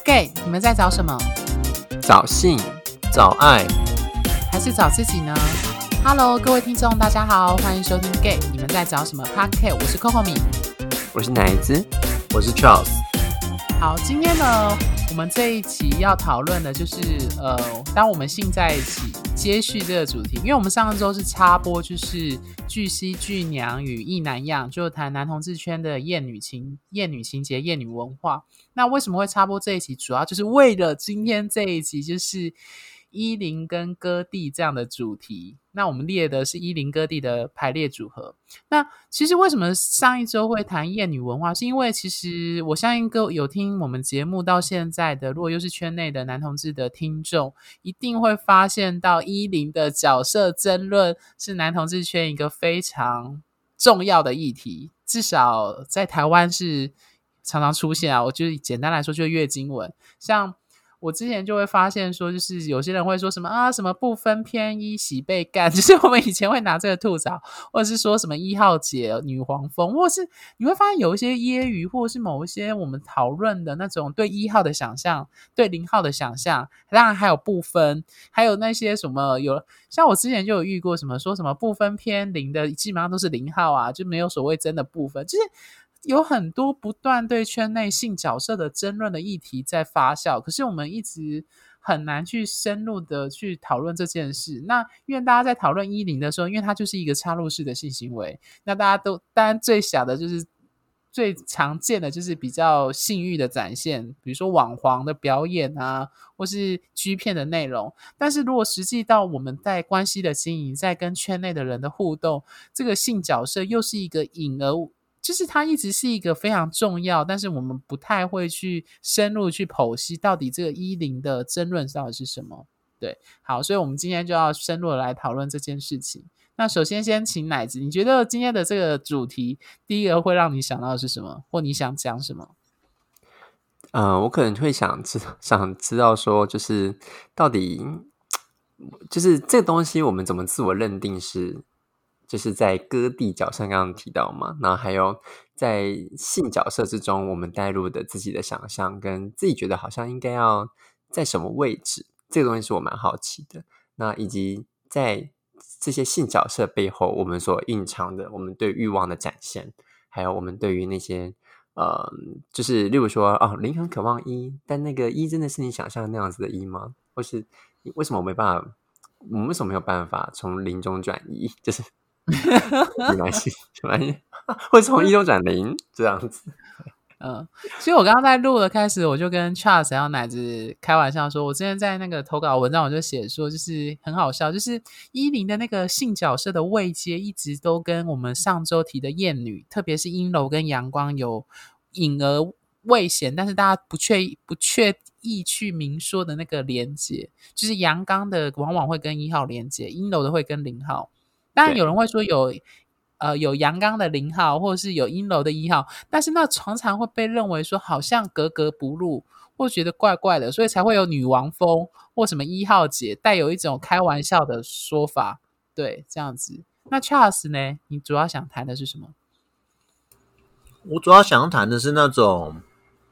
Gay， 你们在找什么？ 找性，找爱， 还是找自己呢？ Hello， 各位听众，大家好，欢迎收听 Gay， 你们在找什么 Podcast？ 我是 Coco 米， 我是奶子， 我是 Charles。 好，今天呢，我们这一集要讨论的就是当我们性在一起，接续这个主题，因为我们上周是插播，就是巨蜥巨娘与异男样，就谈男同志圈的厌女情节、厌女文化。那为什么会插播这一集？主要就是为了今天这一集，就是一零跟哥弟这样的主题。那我们列的是一零哥弟的排列组合。那其实为什么上一周会谈厌女文化，是因为其实我相信各位有听我们节目到现在的，如果又是圈内的男同志的听众，一定会发现到一零的角色争论是男同志圈一个非常重要的议题，至少在台湾是常常出现啊。我就简单来说就是月经文，像我之前就会发现说，就是有些人会说什么啊，什么不分偏一喜被干，就是我们以前会拿这个吐槽，或者是说什么一号姐女黄蜂，或者是你会发现有一些揶揄，或者是某一些我们讨论的那种对一号的想象，对零号的想象，当然还有不分，还有那些什么像我之前就有遇过什么说什么不分偏零的基本上都是零号啊，就没有所谓真的不分，就是有很多不断对圈内性角色的争论的议题在发酵，可是我们一直很难去深入的去讨论这件事。那因为大家在讨论一零的时候，因为它就是一个插入式的性行为，那大家都当然最小的就是最常见的就是比较性欲的展现，比如说网黄的表演啊，或是 G 片的内容。但是如果实际到我们在关系的经营，在跟圈内的人的互动，这个性角色又是一个隐而就是它一直是一个非常重要，但是我们不太会去深入去剖析到底这个一零的争论到底是什么。对，好，所以我们今天就要深入的来讨论这件事情。那首先先请奶子，你觉得今天的这个主题第一个会让你想到的是什么，或你想讲什么？ 我可能会想知道说，就是到底就是这个东西我们怎么自我认定是就是在哥弟角色刚刚提到嘛，然后还有在性角色之中我们带入的自己的想象跟自己觉得好像应该要在什么位置，这个东西是我蛮好奇的。那以及在这些性角色背后我们所隐藏的我们对欲望的展现，还有我们对于那些就是例如说零很渴望一，但那个一真的是你想象的那样子的一吗？或是为什么我们为什么没有办法从零中转一，就是没关系会从一中转零这样子。 所以我刚刚在录的开始，我就跟 Charles 还有奶子开玩笑说，我之前在那个投稿文章我就写说，就是很好笑，就是一零的那个性角色的位阶一直都跟我们上周提的厌女，特别是阴柔跟阳光有隐而未显，但是大家不确意去明说的那个连结，就是阳刚的往往会跟一号连结，阴柔的会跟零号。当然有人会说有阳刚的零号，或者是有阴柔的一号，但是那常常会被认为说好像格格不入，或觉得怪怪的，所以才会有女王风或什么一号姐，带有一种开玩笑的说法。对，这样子。那 Charles 呢？你主要想谈的是什么？ 我主要想谈的是那种，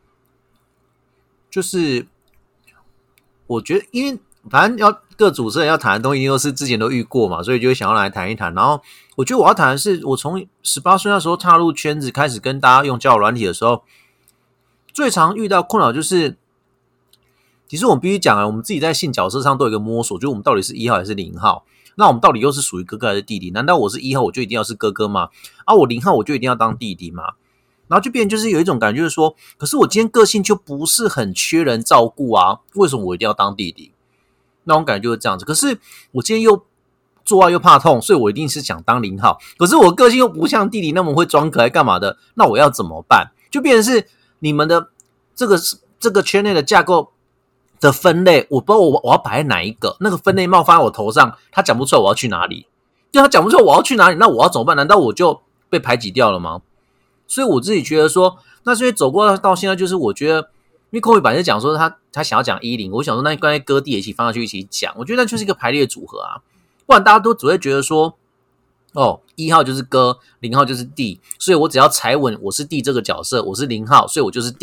就是我觉得因为反正要各主持人要谈的东西一定都是之前都遇过嘛，所以就会想要来谈一谈。然后我觉得我要谈的是，我从18岁那时候踏入圈子开始跟大家用交友软体的时候，最常遇到困扰就是，其实我们必须讲我们自己在性角色上都有一个摸索，就是我们到底是一号还是零号，那我们到底又是属于哥哥还是弟弟？难道我是一号我就一定要是哥哥吗？我零号我就一定要当弟弟吗？然后就变成就是有一种感觉，就是说，可是我今天个性就不是很缺人照顾啊，为什么我一定要当弟弟？那种感觉就是这样子。可是我今天又做爱又怕痛，所以我一定是想当零号。可是我个性又不像弟弟那么会装可爱干嘛的，那我要怎么办？就变成是你们的这个圈内的架构的分类，我不知道我要摆在哪一个，那个分类帽放在我头上，他讲不出来我要去哪里，就他讲不出来我要去哪里，那我要怎么办？难道我就被排挤掉了吗？所以我自己觉得说，那所以走过到现在，就是我觉得，因为Kobe本来就讲说他想要讲10，我想说那刚才哥弟也一起放上去一起讲，我觉得那就是一个排列组合啊，不然大家都只会觉得说，1号就是哥，0号就是弟，所以我只要踩稳我是弟这个角色，我是0号，所以我就是弟，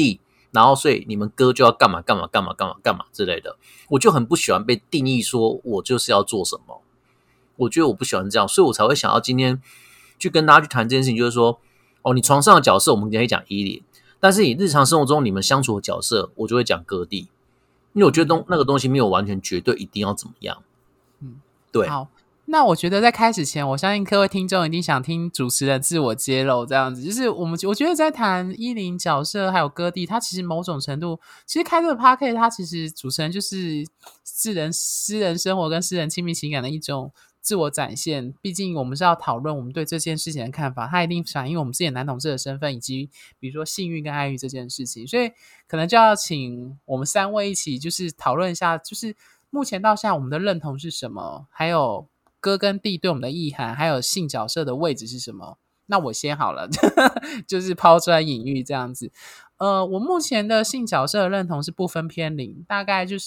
然后所以你们哥就要干嘛干嘛干嘛干嘛干嘛之类的，我就很不喜欢被定义说我就是要做什么，我觉得我不喜欢这样，所以我才会想要今天去跟大家去谈这件事情，就是说，哦，你床上的角色我们可以讲依恋，但是你日常生活中你们相处的角色，我就会讲哥弟，因为我觉得那个东西没有完全绝对一定要怎么样。对。 好，那我觉得在开始前，我相信各位听众一定想听主持人自我揭露，这样子，就是我觉得在谈依林角色还有歌帝，他其实某种程度，其实开这个 podcast， 他其实主持人就是私人生活跟私人亲密情感的一种自我展现。毕竟我们是要讨论我们对这件事情的看法，他一定反映我们自己的男同志的身份，以及比如说性欲跟爱欲这件事情，所以可能就要请我们三位一起就是讨论一下，就是目前到现在我们的认同是什么，还有哥跟弟对我们的意涵，还有性角色的位置是什么。那我先好了就是抛砖引玉这样子。我目前的性角色的认同是不分偏零，大概就是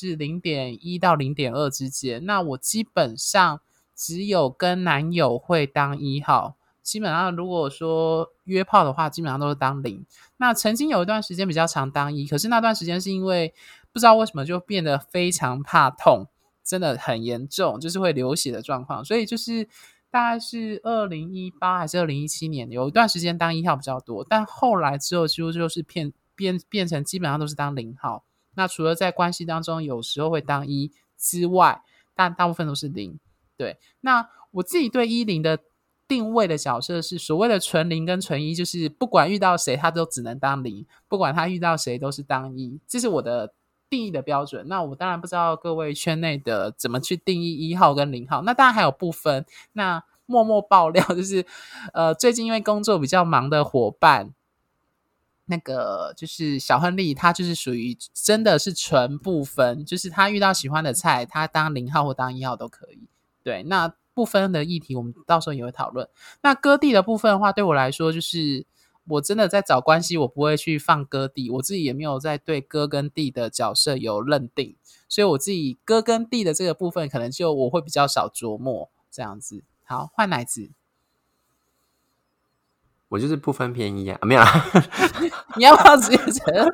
0.1 到 0.2 之间。那我基本上只有跟男友会当1号，基本上如果说约炮的话基本上都是当0。那曾经有一段时间比较常当1，可是那段时间是因为不知道为什么就变得非常怕痛，真的很严重，就是会流血的状况，所以就是大概是2018还是2017年有一段时间当1号比较多，但后来之后几乎就是变成基本上都是当0号。那除了在关系当中有时候会当1之外，但大部分都是0。对，那我自己对10的定位的角色是所谓的纯0跟纯1，就是不管遇到谁他都只能当0，不管他遇到谁都是当1，这是我的定义的标准。那我当然不知道各位圈内的怎么去定义1号跟0号，那当然还有不分。那默默爆料就是最近因为工作比较忙的伙伴，那个就是小亨利，他就是属于真的是纯不分，就是他遇到喜欢的菜他当0号或当1号都可以。对，那不分的议题我们到时候也会讨论。那哥弟的部分的话，对我来说就是我真的在找关系，我不会去放哥弟，我自己也没有在对哥跟弟的角色有认定，所以我自己哥跟弟的这个部分可能就我会比较少琢磨这样子。好，换奶子。 我就是不分偏一啊，没有啦你要不要直接承认？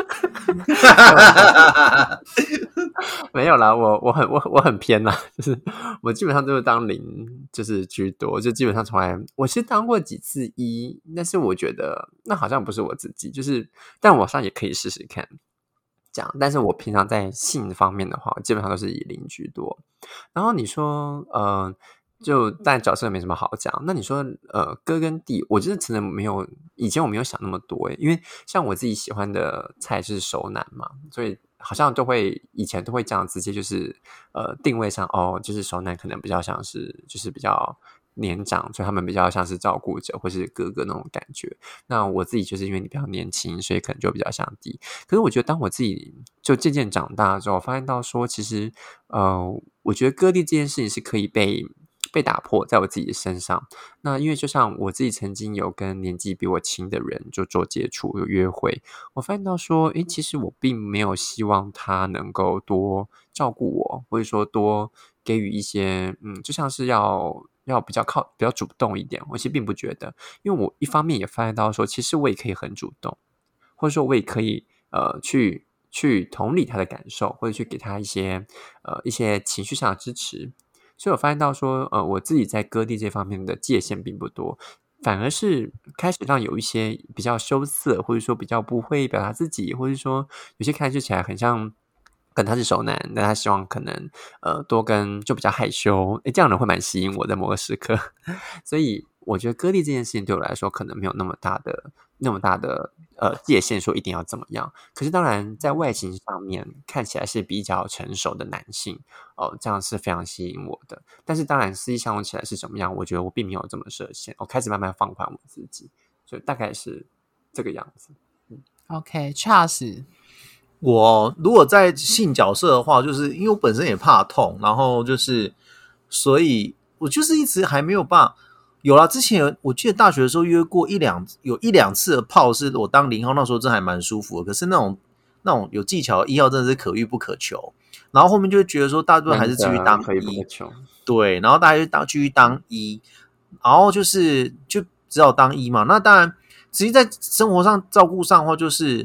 没有啦，我很偏啦，就是我基本上都是当0，就是居多，就基本上从来我是当过几次1，但是我觉得那好像不是我自己，就是但我好像也可以试试看这样，但是我平常在性方面的话，基本上都是以0居多。然后你说就但角色没什么好讲。那你说哥跟弟，我真的没有，以前我没有想那么多因为像我自己喜欢的菜是熟男嘛，所以好像以前都会这样直接就是定位上就是熟男可能比较像是就是比较年长，所以他们比较像是照顾者或是哥哥那种感觉。那我自己就是因为你比较年轻，所以可能就比较像弟。可是我觉得当我自己就渐渐长大之后，发现到说其实我觉得哥弟这件事情是可以被打破在我自己的身上。那因为就像我自己曾经有跟年纪比我轻的人就做接触有约会，我发现到说其实我并没有希望他能够多照顾我，或者说多给予一些就像是要比较主动一点，我其实并不觉得。因为我一方面也发现到说其实我也可以很主动，或者说我也可以去同理他的感受，或者去给他一些情绪上的支持。所以我发现到说我自己在割地这方面的界限并不多，反而是开始让有一些比较羞涩，或者说比较不会表达自己，或者说有些看起来很像跟他是熟男，但他希望可能多跟就比较害羞，这样的人会蛮吸引我在某个时刻。所以我觉得割地这件事情对我来说可能没有那么大的界限说一定要怎么样。可是当然在外形上面看起来是比较成熟的男性这样是非常吸引我的。但是当然实际相处起来是怎么样，我觉得我并没有这么设限，我开始慢慢放宽我自己，所以大概是这个样子。 OK， Charles， 我如果在性角色的话，就是因为我本身也怕痛，然后就是所以我就是一直还没有办法。有啦，之前我记得大学的时候约过一两次的炮，是我当0号，那时候真还蛮舒服的。可是那种有技巧的1号真的是可遇不可求，然后后面就会觉得说大部分还是继续当1，对，然后大家就继续当1，然后就只好当1嘛。那当然，实际在生活上照顾上的话，就是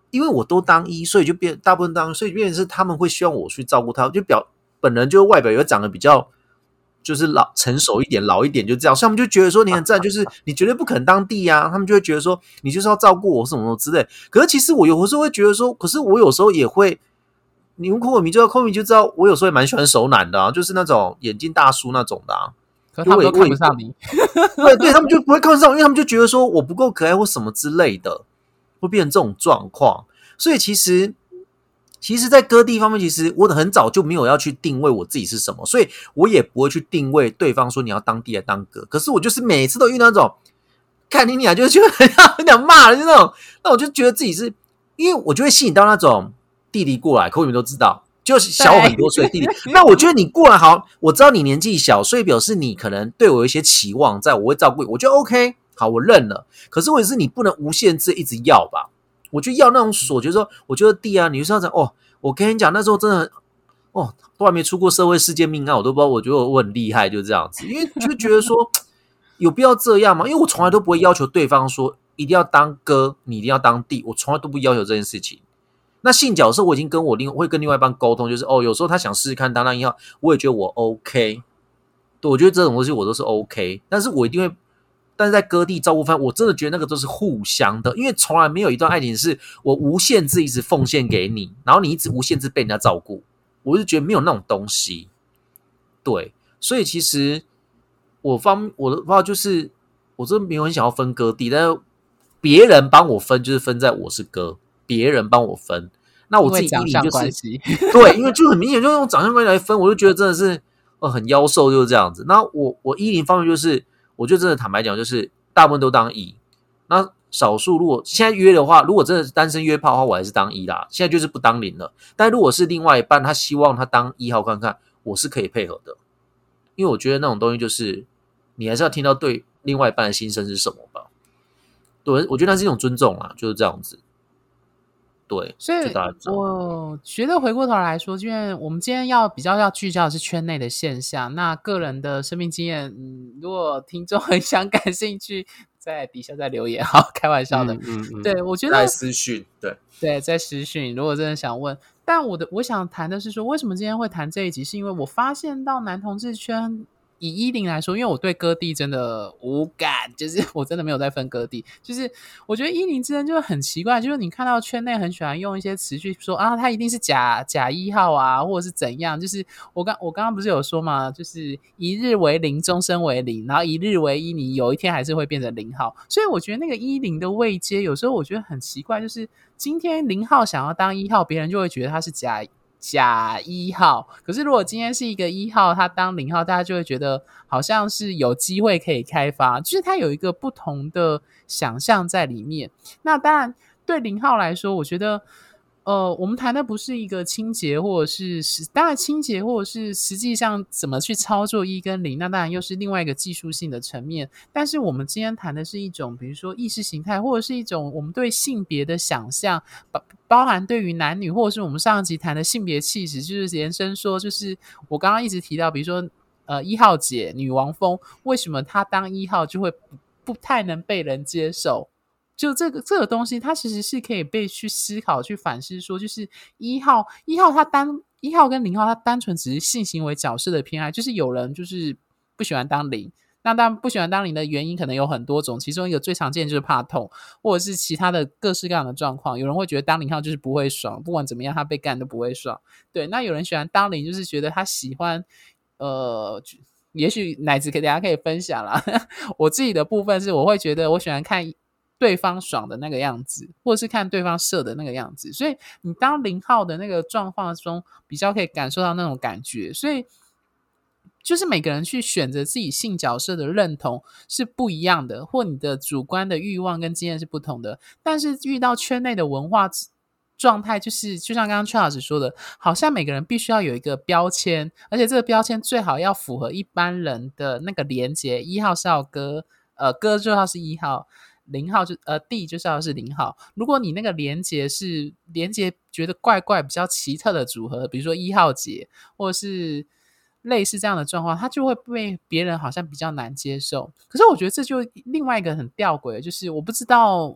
因为我都当一，所以就大部分当，所以变成是他们会希望我去照顾他，就本人就外表也长得比较就是成熟一点、老一点，就这样，所以他们就觉得说你很赞，就是你绝对不可能当弟啊，他们就会觉得说你就是要照顾我什么什么之类。可是其实我有时候会觉得说，可是我有时候也会，你问扣米就知道，我有时候也蛮喜欢熟男的啊，就是那种眼镜大叔那种的啊。 可是他们都看不上你， 对，他们就不会看上，因为他们就觉得说我不够可爱或什么之类的，会变成这种状况。所以其实，在割地方面，其实我很早就没有要去定位我自己是什么，所以我也不会去定位对方说你要当弟还当哥。可是我就是每次都遇到那种看你俩就觉得很想骂人，就那种，那我就觉得自己是，因为我就会吸引到那种弟弟过来，可你们都知道。就是小我很多岁弟弟，那我觉得你过来好，我知道你年纪小，所以表示你可能对我有一些期望，在我会照顾你，我觉得 OK， 好，我认了。可是问题是你不能无限制一直要吧？我就要那种我觉得说，我觉得弟啊，你就是要讲哦，我跟你讲，那时候真的哦，都还没出过社会事件命案，我都不知道，我觉得我很厉害，就这样子，因为就觉得说有必要这样吗？因为我从来都不会要求对方说一定要当哥，你一定要当弟，我从来都不要求这件事情。那性角色我已经会跟另外一半沟通，就是有时候他想试试看当1号，我也觉得我 OK， 对，我觉得这种东西我都是 OK， 但是我一定会，但是在割地照顾方，我真的觉得那个都是互相的，因为从来没有一段爱情是我无限制一直奉献给你，然后你一直无限制被人家照顾，我就觉得没有那种东西。对，所以其实我的话就是，我真的没有很想要分割地，但是别人帮我分，就是分在我是哥。别人帮我分，那我自己因为长相关系， 对，因为就很明显就用长相关系来分，我就觉得真的是很妖兽就是这样子。那我10方面就是，我就真的坦白讲，就是大部分都当1，那少数如果现在约的话，如果真的是单身约炮的话，我还是当1啦。现在就是不当0了。但如果是另外一半，他希望他当1号看看，我是可以配合的，因为我觉得那种东西就是你还是要听到对另外一半的心声是什么吧。对，我觉得那是一种尊重啦，就是这样子。对， 所以我觉得回过头来说，因为我们今天比较要聚焦的是圈内的现象，那个人的生命经验，如果听众很想感兴趣，在底下再留言，好，开玩笑的，对，我觉得在私讯， 对，在私讯，如果真的想问，但我想谈的是说，为什么今天会谈这一集，是因为我发现到男同志圈。以10来说，因为我对割地真的无感，就是我真的没有在分割地，就是我觉得10之间就很奇怪，就是你看到圈内很喜欢用一些词去说啊，他一定是假1号啊，或者是怎样，就是我刚刚不是有说嘛，就是一日为0，终身为0，然后一日为1，你有一天还是会变成0号，所以我觉得那个10的位阶，有时候我觉得很奇怪，就是今天0号想要当1号，别人就会觉得他是假1号，可是如果今天是一个1号，他当0号，大家就会觉得好像是有机会可以开发，就是他有一个不同的想象在里面。那当然对0号来说，我觉得我们谈的不是一个清洁，或者是当然清洁，或者是实际上怎么去操作1跟0，那当然又是另外一个技术性的层面。但是我们今天谈的是一种，比如说意识形态，或者是一种我们对性别的想象，包含对于男女，或者是我们上一集谈的性别气质，就是延伸说，就是我刚刚一直提到，比如说1号姐女王风，为什么她当1号就会不太能被人接受？就这个东西，它其实是可以被去思考、去反思说，就是1号跟0号，它单纯只是性行为角色的偏爱，就是有人就是不喜欢当0。那当然不喜欢当0的原因可能有很多种，其中一个最常见就是怕痛，或者是其他的各式各样的状况。有人会觉得当0号就是不会爽，不管怎么样他被干都不会爽。对，那有人喜欢当0，就是觉得他喜欢也许奶子大家可以分享啦我自己的部分是我会觉得我喜欢看对方爽的那个样子，或者是看对方射的那个样子，所以你当0号的那个状况中比较可以感受到那种感觉，所以就是每个人去选择自己性角色的认同是不一样的，或你的主观的欲望跟经验是不同的，但是遇到圈内的文化状态，就是就像刚刚邱老师说的，好像每个人必须要有一个标签，而且这个标签最好要符合一般人的那个连结，1号是要哥就要是1号，0号弟就是要是0号。如果你那个连结觉得怪怪比较奇特的组合，比如说1号姐或者是类似这样的状况，它就会被别人好像比较难接受。可是我觉得这就另外一个很吊诡的，就是我不知道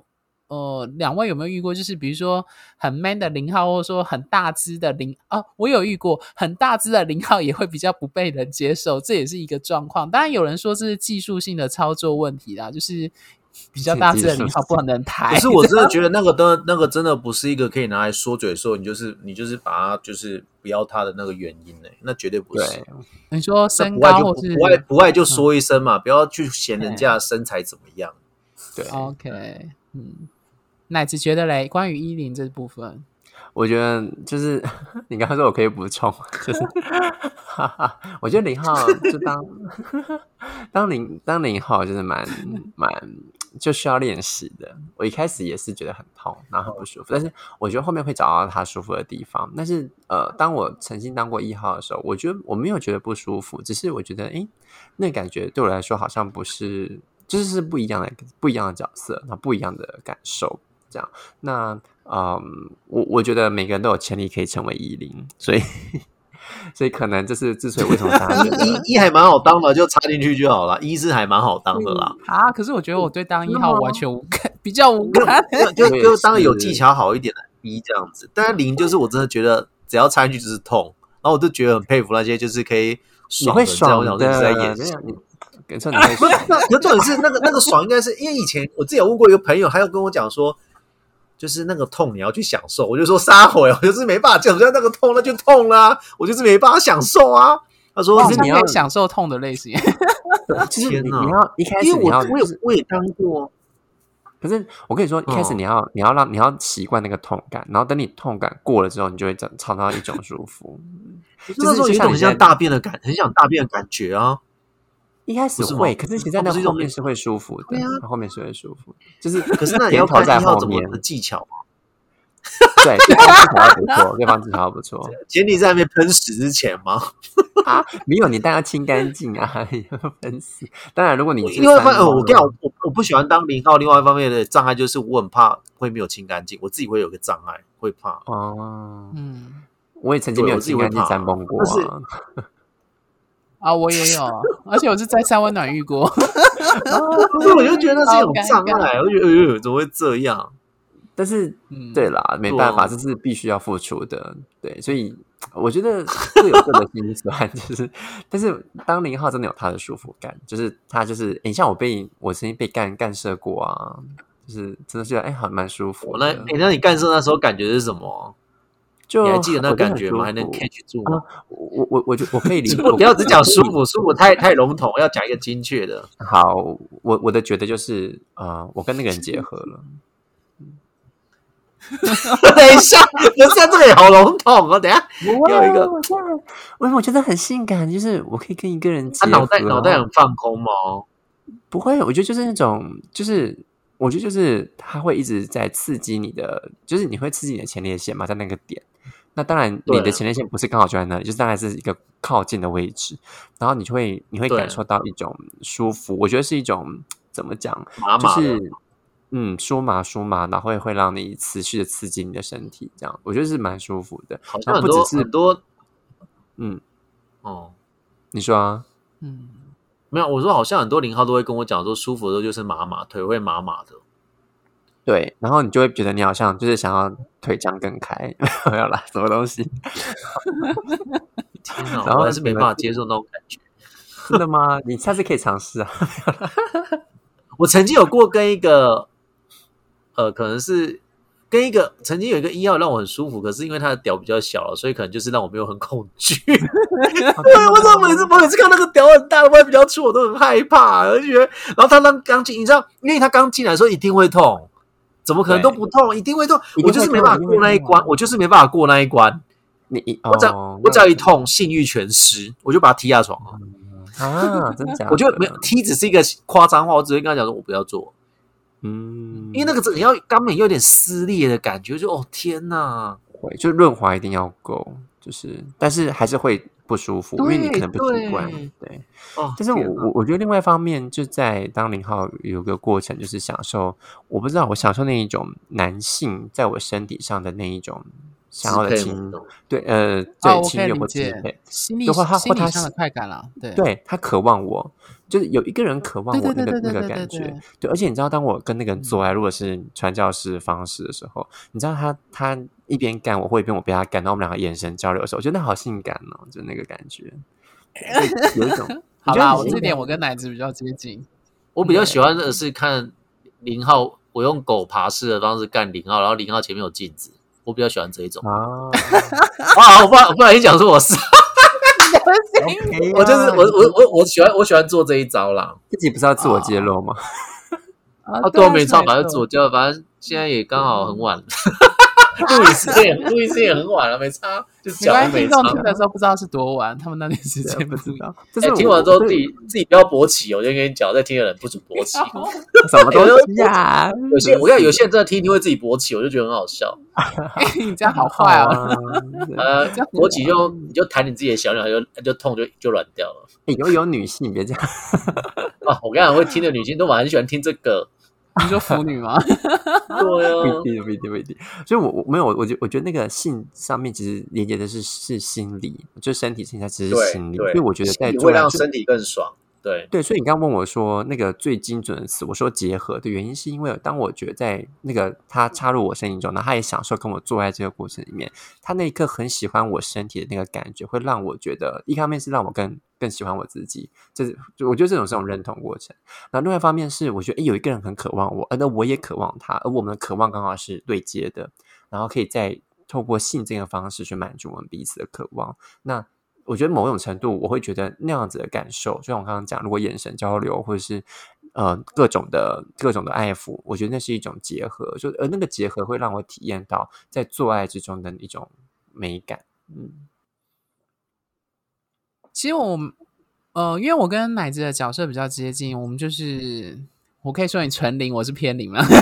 两位有没有遇过？就是比如说很 man 的0号，或者说很大只的我有遇过很大只的0号也会比较不被人接受，这也是一个状况。当然有人说这是技术性的操作问题啦，就是比较大只的0号不能抬。 可是我真的觉得那个真的不是一个可以拿来说嘴说你就是把它就是不要它的那个原因那绝对不是。 你说身高或是不爱就说一声嘛，不要去嫌人家的身材怎么样。 对 ，OK， 奶子觉得嘞，关于10这部分， 我觉得就是你刚刚说我可以补充，就是我觉得0号就当0号就是蛮就需要练习的。我一开始也是觉得很痛，然后很不舒服，但是我觉得后面会找到他舒服的地方。但是当我曾经当过1号的时候，我觉得我没有觉得不舒服，只是我觉得那感觉对我来说好像不是，就是不一样的角色，那不一样的感受。这样，那我觉得每个人都有潜力可以成为10，所以可能这是之所以为什么大家觉得一还蛮好当的，就插进去就好了。1是还蛮好当的啦。 可是我觉得我对当1号完全无感，比较无感。 就当然有技巧好一点的1这样子，但是0就是我真的觉得只要插进去就是痛，然后我就觉得很佩服那些就是可以爽的，这样我想说你是在演戏。 跟说你会爽， 可重点是那个爽应该是因为以前我自己有问过一个朋友，他要跟我讲说，就是那个痛你要去享受，我就说撒谎，我就是没办法讲，那个痛那就痛啦，我就是没办法享受啊。他说你要享受痛的类型， 天哪！你要一开始你要我也当过， 可是我跟你说，一开始你要习惯那个痛感，然后等你痛感过了之后，你就会尝到一种舒服。 那时候有一种很像大便的很想大便的感觉啊。 一开始会，可是其实在那后面是会舒服的，后面是会舒服的，就是可是那你要看1号怎么的技巧嘛。 对，对方技巧要不错，对方技巧要不错。 前提在那边喷屎之前吗？ 没有，你当然要清干净啊，喷屎。当然，如果你另外一方面，我跟你讲，我不喜欢当0号。另外一方面的障碍就是我很怕会没有清干净，我自己会有个障碍，会怕。 我也曾经没有清干净山崩过我也有，而且我是在3温暖遇过。 可是我就觉得那是一种障碍，我觉得怎么会这样？ 但是对啦，没办法，这是必须要付出的。对，所以我觉得各有各的心酸，就是但是当0号真的有他的舒服感，就是他就是像我曾经被干涉过啊，就是真的觉得还蛮舒服的。 那你干涉那时候感觉是什么？ 就你还记得那个感觉吗？还能 catch 住吗？ 我可以理解。 不要只讲舒服，舒服太笼统，要讲一个精确的。 好，我的觉得就是我跟那个人结合了。 等一下，不是这个也好笼统哦。等一下，有一个， 我觉得很性感，就是我可以跟一个人结合。 脑袋很放空吗？ 不会，我觉得就是那种，我觉得就是它会一直在刺激你的，就是你会刺激你的前列腺嘛，在那个点。那当然，你的前列腺不是刚好就在那里，就是大概是一个靠近的位置，然后你会感受到一种舒服。我觉得是一种怎么讲，就是舒麻，然后会让你持续的刺激你的身体，这样我觉得是蛮舒服的。 好像很多， 你说啊， 没有，我说好像很多0号都会跟我讲说，舒服的时候就是麻，腿会麻的。 对，然后你就会觉得你好像就是想要腿张更开，没有啦，什么东西？ 天哪，我还是没办法接受那种感觉。 真的吗？你下次可以尝试啊。 我曾经有过跟一个，可能是跟一个曾经有一个1号让我很舒服，可是因为他的屌比较小了，所以可能就是让我没有很恐惧。我怎么每次看那个屌很大，我也比较粗，我都很害怕，而且然后他刚进，你知道，因为他刚进来的时候一定会痛。怎么可能都不痛？一定会痛！我就是没办法过那一关，我就是没办法过那一关。我只要一痛，性欲全失，我就把他踢下床了。真假的？ 我觉得没有踢，只是一个夸张话，我只会跟他讲说，我不要做。因为那个你要肛门有点撕裂的感觉，就天哪！ 会，就润滑一定要够，但是还是会不舒服，因为你可能不习惯。对，但是我觉得另外一方面，就在当0号有个过程，就是享受。我不知道，我享受那一种男性在我身体上的那一种想要的侵，对，侵略或支配， 心理上的快感啦。 对，他渴望我， 就是有一个人渴望我那个对感觉，对，而且你知道，当我跟那个人做爱，如果是传教士方式的时候，你知道他一边干我，或一边我被他干，然后我们两个眼神交流的时候，我觉得那好性感哦，就那个感觉，有一种好啦，我这点我跟奶子比较接近。 我比较喜欢的是看0号，我用狗爬式的方式干0号，然后0号前面有镜子，我比较喜欢这一种。 啊， 我不然你讲说我是。 okay 我就是我喜欢做这一招啦。 自己不是要自我揭露吗？ 对，没错，反正自我揭露，反正现在也刚好很晚了。录音时也很晚了，没差，就是讲没听众听的时候不知道是多晚，他们那点时间不知道。 听完之后自己不要勃起，我就跟你讲，在听的人不准勃起。 什么东西呀？ 有些人真的听一听会自己勃起，我就觉得很好笑。 你这样好坏啊！ 勃起你就弹你自己的小鸟，就痛就软掉了。 有女性别这样我跟你讲，会听的女性都蛮很喜欢听这个。 你说腐女吗？ 对啊， 不一定。所以我没有，我觉得那个性上面其实连接的是心理，就身体现在只是心理，所以我觉得在会让身体更爽。对， 所以你刚刚问我说那个最精准的词，我说结合的原因是因为当我觉得在那个他插入我身体中，然后他也享受跟我做爱这个过程里面，他那一刻很喜欢我身体的那个感觉，会让我觉得一方面是让我更喜欢我自己，我觉得这种认同过程。然后另外一方面是我觉得有一个人很渴望我，而我也渴望他，而我们的渴望刚好是对接的，然后可以再透过性这个方式去满足我们彼此的渴望。那我觉得某种程度我会觉得那样子的感受，就像我刚刚讲，如果眼神交流或者是各种的爱抚，我觉得那是一种结合，而那个结合会让我体验到在做爱之中的一种美感。 其实因为我跟奶子的角色比较接近，我们就是我可以说你纯零，我是偏零嘛。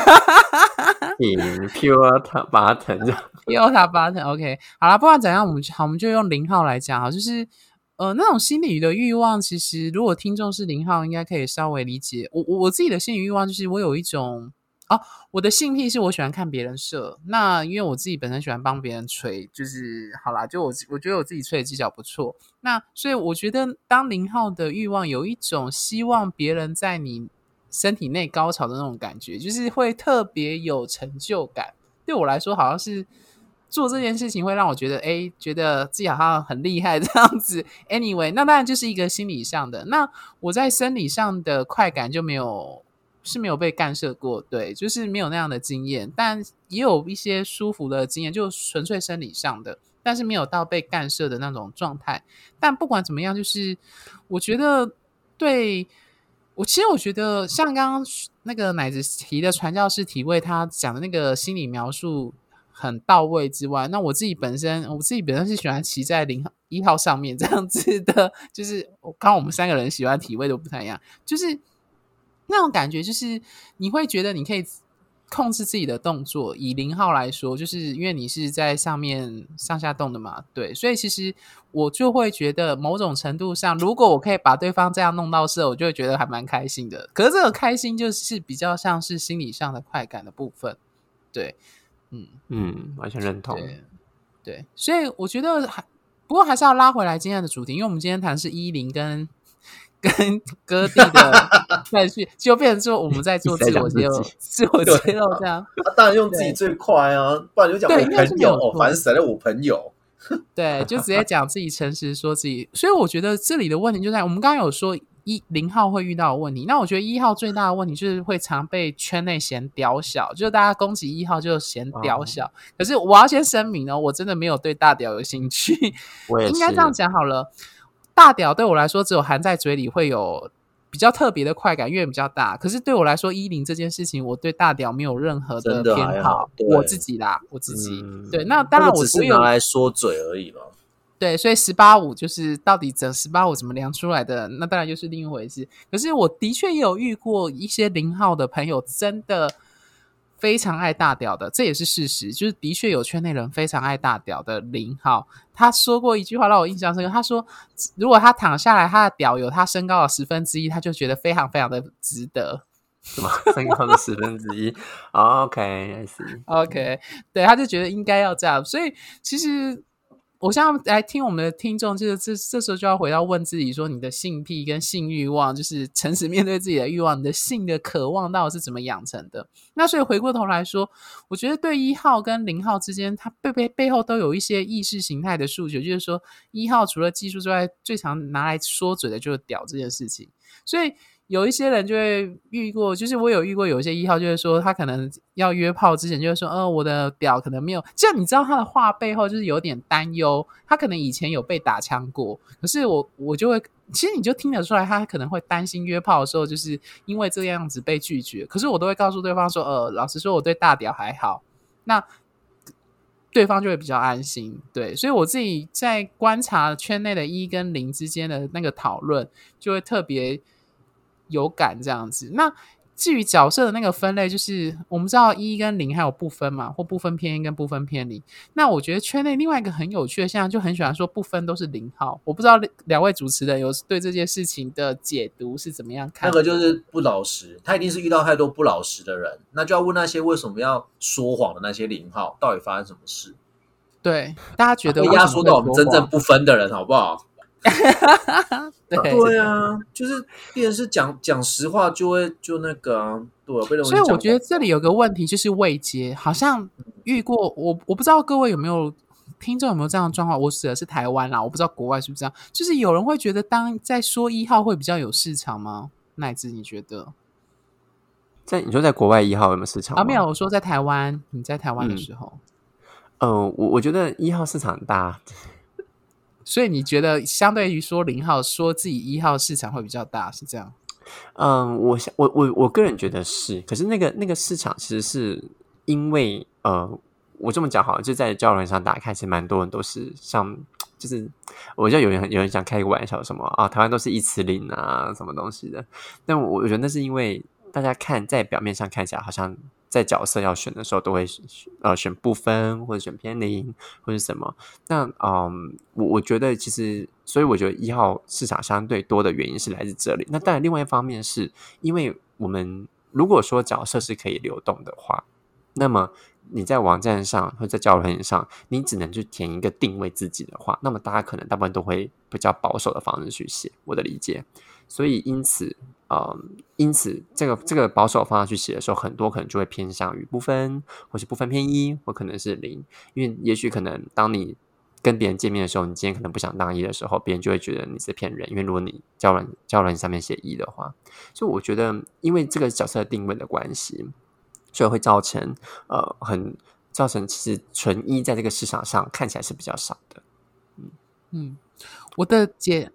pure button 这样 pure button OK 好啦，不管怎样我们就用0号来讲好，就是那种心理的欲望，其实如果听众是0号应该可以稍微理解。我自己的心理欲望就是我有一种我的性癖是我喜欢看别人射，那因为我自己本身喜欢帮别人吹，就是好啦，就我觉得我自己吹的技巧不错，那所以我觉得当0号的欲望有一种希望别人在你身体内高潮的那种感觉，就是会特别有成就感。对我来说好像是做这件事情会让我觉得觉得自己好像很厉害这样子。 anyway 那当然就是一个心理上的，那我在生理上的快感就没有被干涉过，对，就是没有那样的经验，但也有一些舒服的经验，就纯粹生理上的，但是没有到被干涉的那种状态。但不管怎么样，就是我觉得其实我觉得像刚刚那个奶子提的传教士体位，他讲的那个心理描述很到位之外，那我自己本身是喜欢骑在1号上面这样子的，就是刚刚我们3个人喜欢体位都不太一样，就是那种感觉，就是你会觉得你可以控制自己的动作。以0号来说，就是因为你是在上面上下动的嘛，对，所以其实我就会觉得某种程度上，如果我可以把对方这样弄到射，我就会觉得还蛮开心的。可是这个开心就是比较像是心理上的快感的部分，对， 完全认同。 对，所以我觉得不过还是要拉回来今天的主题，因为我们今天谈的是10跟割地的顺序，就变成说我们在做自我揭露这样。 当然用自己最快啊，不然就讲我朋友烦死了，我朋友。 对，就直接讲自己诚实说自己。所以我觉得这里的问题就在我们刚刚有说0号会遇到的问题，那我觉得1号最大的问题就是会常被圈内嫌屌小，就是大家攻击1号就嫌屌小。可是我要先声明我真的没有对大屌有兴趣。 我也是， 应该这样讲好了，大屌对我来说只有含在嘴里会有比较特别的快感，因为比较大。可是对我来说10这件事情，我对大屌没有任何的偏好，我自己对，那当然我只是拿来说嘴而已嘛。 对，所以18.5就是到底整18.5怎么量出来的，那当然就是另一回事。可是我的确也有遇过一些0号的朋友，真的非常爱大屌的，这也是事实，就是的确有圈内人非常爱大屌的0号。他说过一句话让我印象深刻，他说如果他躺下来，他的屌有他身高的1/10，他就觉得非常非常的值得。 什么身高的1/10？OK，I see。 OK， 对，他就觉得应该要这样。所以其实我现在来听我们的听众，就是这时候就要回到问自己说，你的性癖跟性欲望，就是诚实面对自己的欲望，你的性的渴望到底是怎么养成的？那所以回过头来说，我觉得对1号跟0号之间，它背后都有一些意识形态的诉求，就是说1号除了技术之外，最常拿来说嘴的就是屌这件事情，所以有一些人就会遇过，就是我有遇过有一些1号就会说他可能要约炮之前就会说我的屌可能没有，这样你知道他的话背后就是有点担忧，他可能以前有被打枪过，可是我就会其实你就听得出来他可能会担心约炮的时候就是因为这样子被拒绝，可是我都会告诉对方说老实说我对大屌还好，那对方就会比较安心。对，所以我自己在观察圈内的1跟0之间的那个讨论就会特别有感这样子。那至于角色的那个分类，就是我们知道1跟0还有不分嘛，或不分偏1跟不分偏0。那我觉得圈内另外一个很有趣的现象，就很喜欢说不分都是0号。我不知道两位主持人有对这件事情的解读是怎么样看？ 那个就是不老实，他一定是遇到太多不老实的人，那就要问那些为什么要说谎的那些0号，到底发生什么事？ 对，大家觉得压缩到我们真正不分的人，好不好？对啊，就是变成是讲实话就会就那个啊，对啊，被认为。 所以我觉得这里有个问题就是位阶，好像遇过我不知道各位有没有听众有没有这样的状况，我指的是台湾啦，我不知道国外是不是这样，就是有人会觉得当在说1号会比较有市场吗？乃至你觉得？ 你说在国外1号有没有市场吗？ 没有，我说在台湾，你在台湾的时候。 我觉得1号市场大。 所以你觉得相对于说0号，说自己1号市场会比较大，是这样？ 我个人觉得是，可是那个市场其实是因为我这么讲好了，就在交友软件上打开，其实蛮多人都是像，就是我觉得有人想开一个玩笑，什么台湾都是1词0啊，什么东西的，但我觉得那是因为大家看在表面上看起来好像在角色要选的时候都会选不分或者选偏0或者什么。那我觉得其实，所以我觉得1号市场相对多的原因是来自这里。那当然，另外一方面是因为我们如果说角色是可以流动的话，那么你在网站上或者在交友软件上，你只能去填一个定位自己的话，那么大家可能大部分都会比较保守的方式去写，我的理解。所以因此这个保守方向去写的时候，很多可能就会偏向于不分，或是不分偏1，或可能是0。因为也许可能当你跟别人见面的时候，你今天可能不想当1的时候，别人就会觉得你是骗人。因为如果你交友软件上面写1的话，所以我觉得因为这个角色定位的关系，所以会造成其实纯1在这个市场上看起来是比较少的。 我的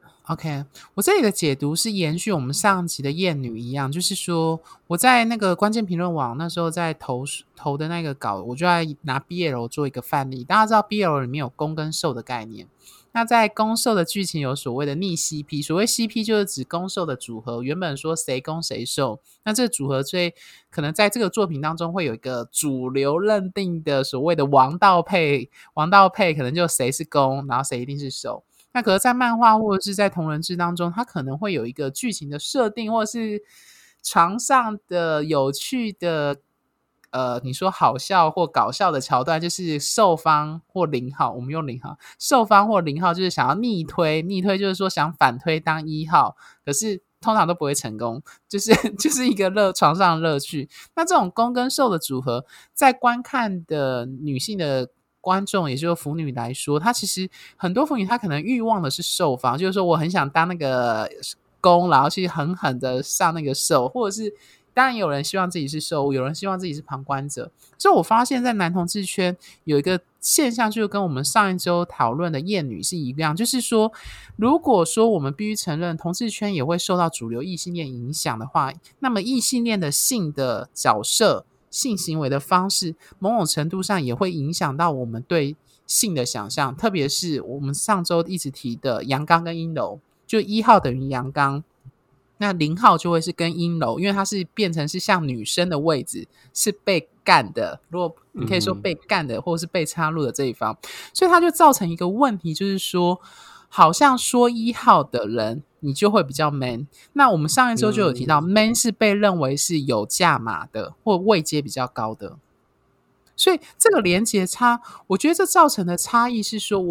OK， 我这里的解读是延续我们上集的厌女一样，就是说我在那个关键评论网那时候在投的那个稿，我就在拿 BL 做一个范例。大家知道 BL 里面有攻跟受的概念，那在攻受的剧情有所谓的逆 CP， 所谓 CP 就是指攻受的组合，原本说谁攻谁受，那这个组合可能在这个作品当中会有一个主流认定的所谓的王道配可能就谁是攻，然后谁一定是受。那可是在漫画或者是在同人志当中，它可能会有一个剧情的设定，或者是床上的有趣的你说好笑或搞笑的桥段，就是受方或0号，我们用0号，受方或0号就是想要逆推就是说想反推当1号，可是通常都不会成功，就是一个床上的乐趣。那这种攻跟受的组合，在观看的女性的观众，也就是腐女来说，她其实很多腐女她可能欲望的是受方，就是说我很想当那个攻，然后去狠狠的上那个受，或者是当然有人希望自己是受物，有人希望自己是旁观者。所以我发现在男同志圈有一个现象，就是跟我们上一周讨论的厌女是一样，就是说如果说我们必须承认同志圈也会受到主流异性恋影响的话，那么异性恋的性的角色性行为的方式某种程度上也会影响到我们对性的想象，特别是我们上周一直提的阳刚跟阴柔，就1号等于阳刚，那0号就会是跟阴柔，因为它是变成是像女生的位置，是被干的，如果你可以说被干的或是被插入的这一方，所以它就造成一个问题，就是说好像说1号的人你就会比较 man。 那我们上一周就有提到 man 是被认为是有价码的或位阶比较高的，所以这个连结差，我觉得这造成的差异是说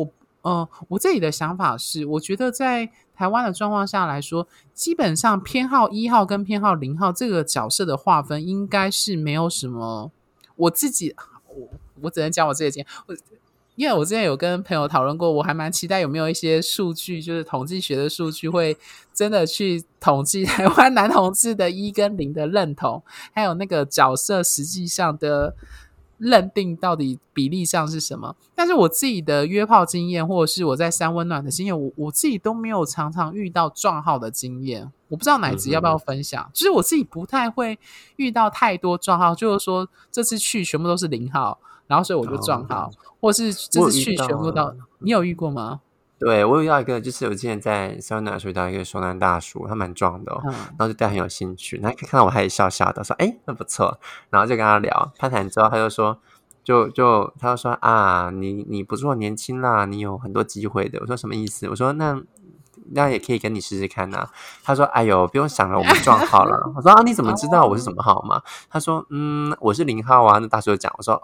我自己的想法是，我觉得在台湾的状况下来说，基本上偏好1号跟偏好0号这个角色的划分，应该是没有什么。我自己，我只能讲我自己的经验。因为我之前有跟朋友讨论过，我还蛮期待有没有一些数据，就是统计学的数据，会真的去统计台湾男同志的1跟0的认同，还有那个角色实际上的认定到底比例上是什么。但是我自己的约炮经验，或者是我在三温暖的经验，我自己都没有常常遇到撞号的经验。我不知道乃子要不要分享，就是我自己不太会遇到太多撞号，就是说这次去全部都是0号，然后所以我就撞号，或是这次去全部都，你有遇过吗？ 对，我有遇到一个，就是我之前在三温暖的时候遇到一个熟男大叔，他蛮壮的然后就对他很有兴趣，然后看到我他也笑笑的说那不错，然后就跟他聊攀谈之后，他就说他就说啊，你不错，年轻啦，你有很多机会的。我说什么意思？我说那也可以跟你试试看啊。他说哎呦不用想了，我们撞号了。我说你怎么知道我是什么号码？他说我是0号啊。那大叔就讲，我说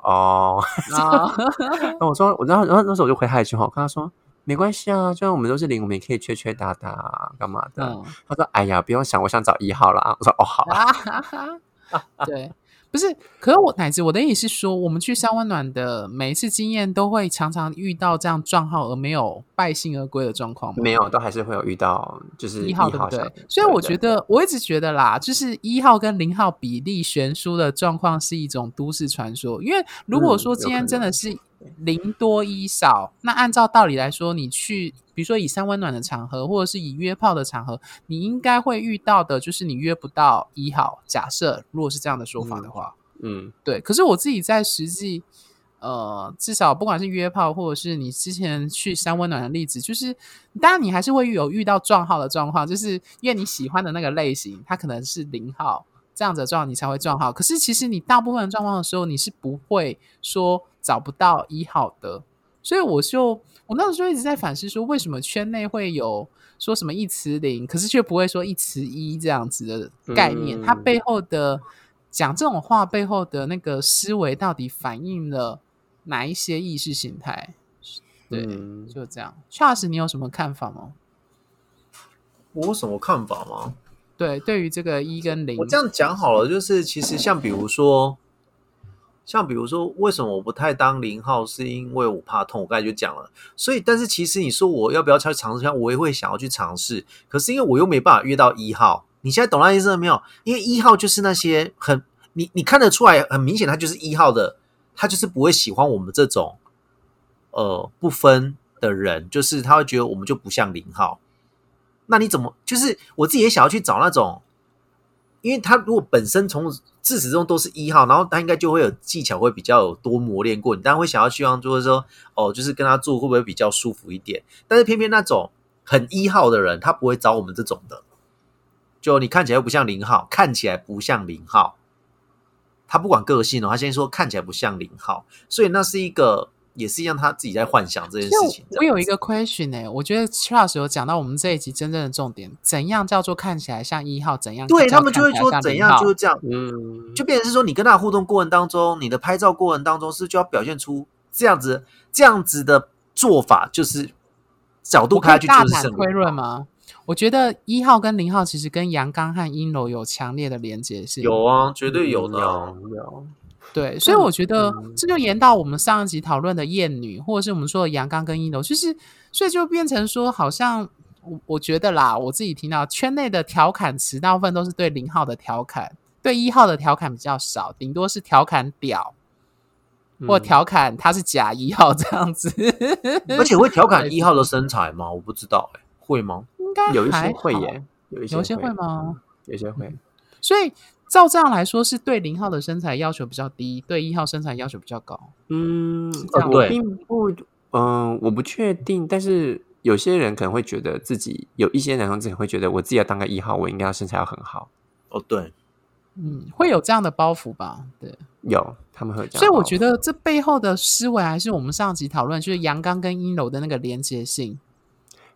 然后我说然后那时候我就回他一句话，我跟他说没关系啊，就算我们都是0，我们也可以缺缺打打干嘛的。他说哎呀不用想，我想找1号啦。我说好啊对，不是，可是乃至我的意思是说，我们去三温暖的每一次经验，都会常常遇到这样撞号而没有败兴而归的状况吗？ 没有，都还是会有遇到，就是 1号对不对？所以我觉得，我一直觉得啦，就是1号跟0号比例悬殊的状况是一种都市传说。因为如果说今天真的是0多1少，那按照道理来说，你去比如说以三温暖的场合，或者是以约炮的场合，你应该会遇到的就是你约不到1号。假设如果是这样的说法的话，对。可是我自己在实际至少不管是约炮，或者是你之前去三温暖的例子，就是当然你还是会有遇到撞号的状况，就是因为你喜欢的那个类型，它可能是0号这样子的状况，你才会撞号。可是其实你大部分的状况的时候，你是不会说找不到1号的。所以我那时候就一直在反思说，为什么圈内会有说什么一词0，可是却不会说一词1这样子的概念？它背后的讲这种话背后的那个思维，到底反映了哪一些意识形态？对，就这样。Charles， 你有什么看法吗？ 我有什么看法吗？ 对，对于这个1跟0， 我这样讲好了，就是其实像比如说，为什么我不太当0号，是因为我怕痛，我刚才就讲了。所以，但是其实你说我要不要去尝试，我也会想要去尝试。可是因为我又没办法约到1号，你现在懂那意思了没有？因为1号就是那些你看得出来，很明显他就是1号的，他就是不会喜欢我们这种不分的人，就是他会觉得我们就不像0号。那你怎么就是我自己也想要去找那种，因为他如果本身从自始至终都是1号，然后他应该就会有技巧，会比较有多磨练过，你当然会想要希望就是说就是跟他做会不会比较舒服一点。但是偏偏那种很1号的人，他不会找我们这种的，就你看起来又不像0号，看起来不像0号，他不管个性他先说看起来不像0号，所以那是一个也是一样，他自己在幻想这件事情。 我有一个 question 我觉得 Charles 有讲到我们这一集真正的重点，怎样叫做看起来像1号，怎样对他们就会说怎样就是这样，就变成是说你跟他互动过程当中，你的拍照过程当中是就要表现出这样子的做法，就是角度看下去就是大胆推论吗？我觉得1号跟0号其实跟阳刚和阴柔有强烈的连结性。 有啊，绝对有的。 有。 对，所以我觉得这就延到我们上一集讨论的厌女，或者是我们说的阳刚跟阴柔，就是所以就变成说，好像我觉得啦，我自己听到圈内的调侃词大部分都是对0号的调侃，对1号的调侃比较少，顶多是调侃屌，或调侃他是假1号这样子。 而且会调侃1号的身材吗？我不知道会吗？ 应该有一些会耶， 有一些会吗？ 有一些会。 所以照这样来说，是对0号的身材要求比较低，对1号身材要求比较高。 我并不，我不确定，但是有些人可能会觉得自己，有一些男同志会觉得我自己要当个1号，我应该要身材要很好。 对， 会有这样的包袱吧？对， 有，他们会有这样的包袱。 所以我觉得这背后的思维还是我们上集讨论，就是阳刚跟阴柔的那个连结性。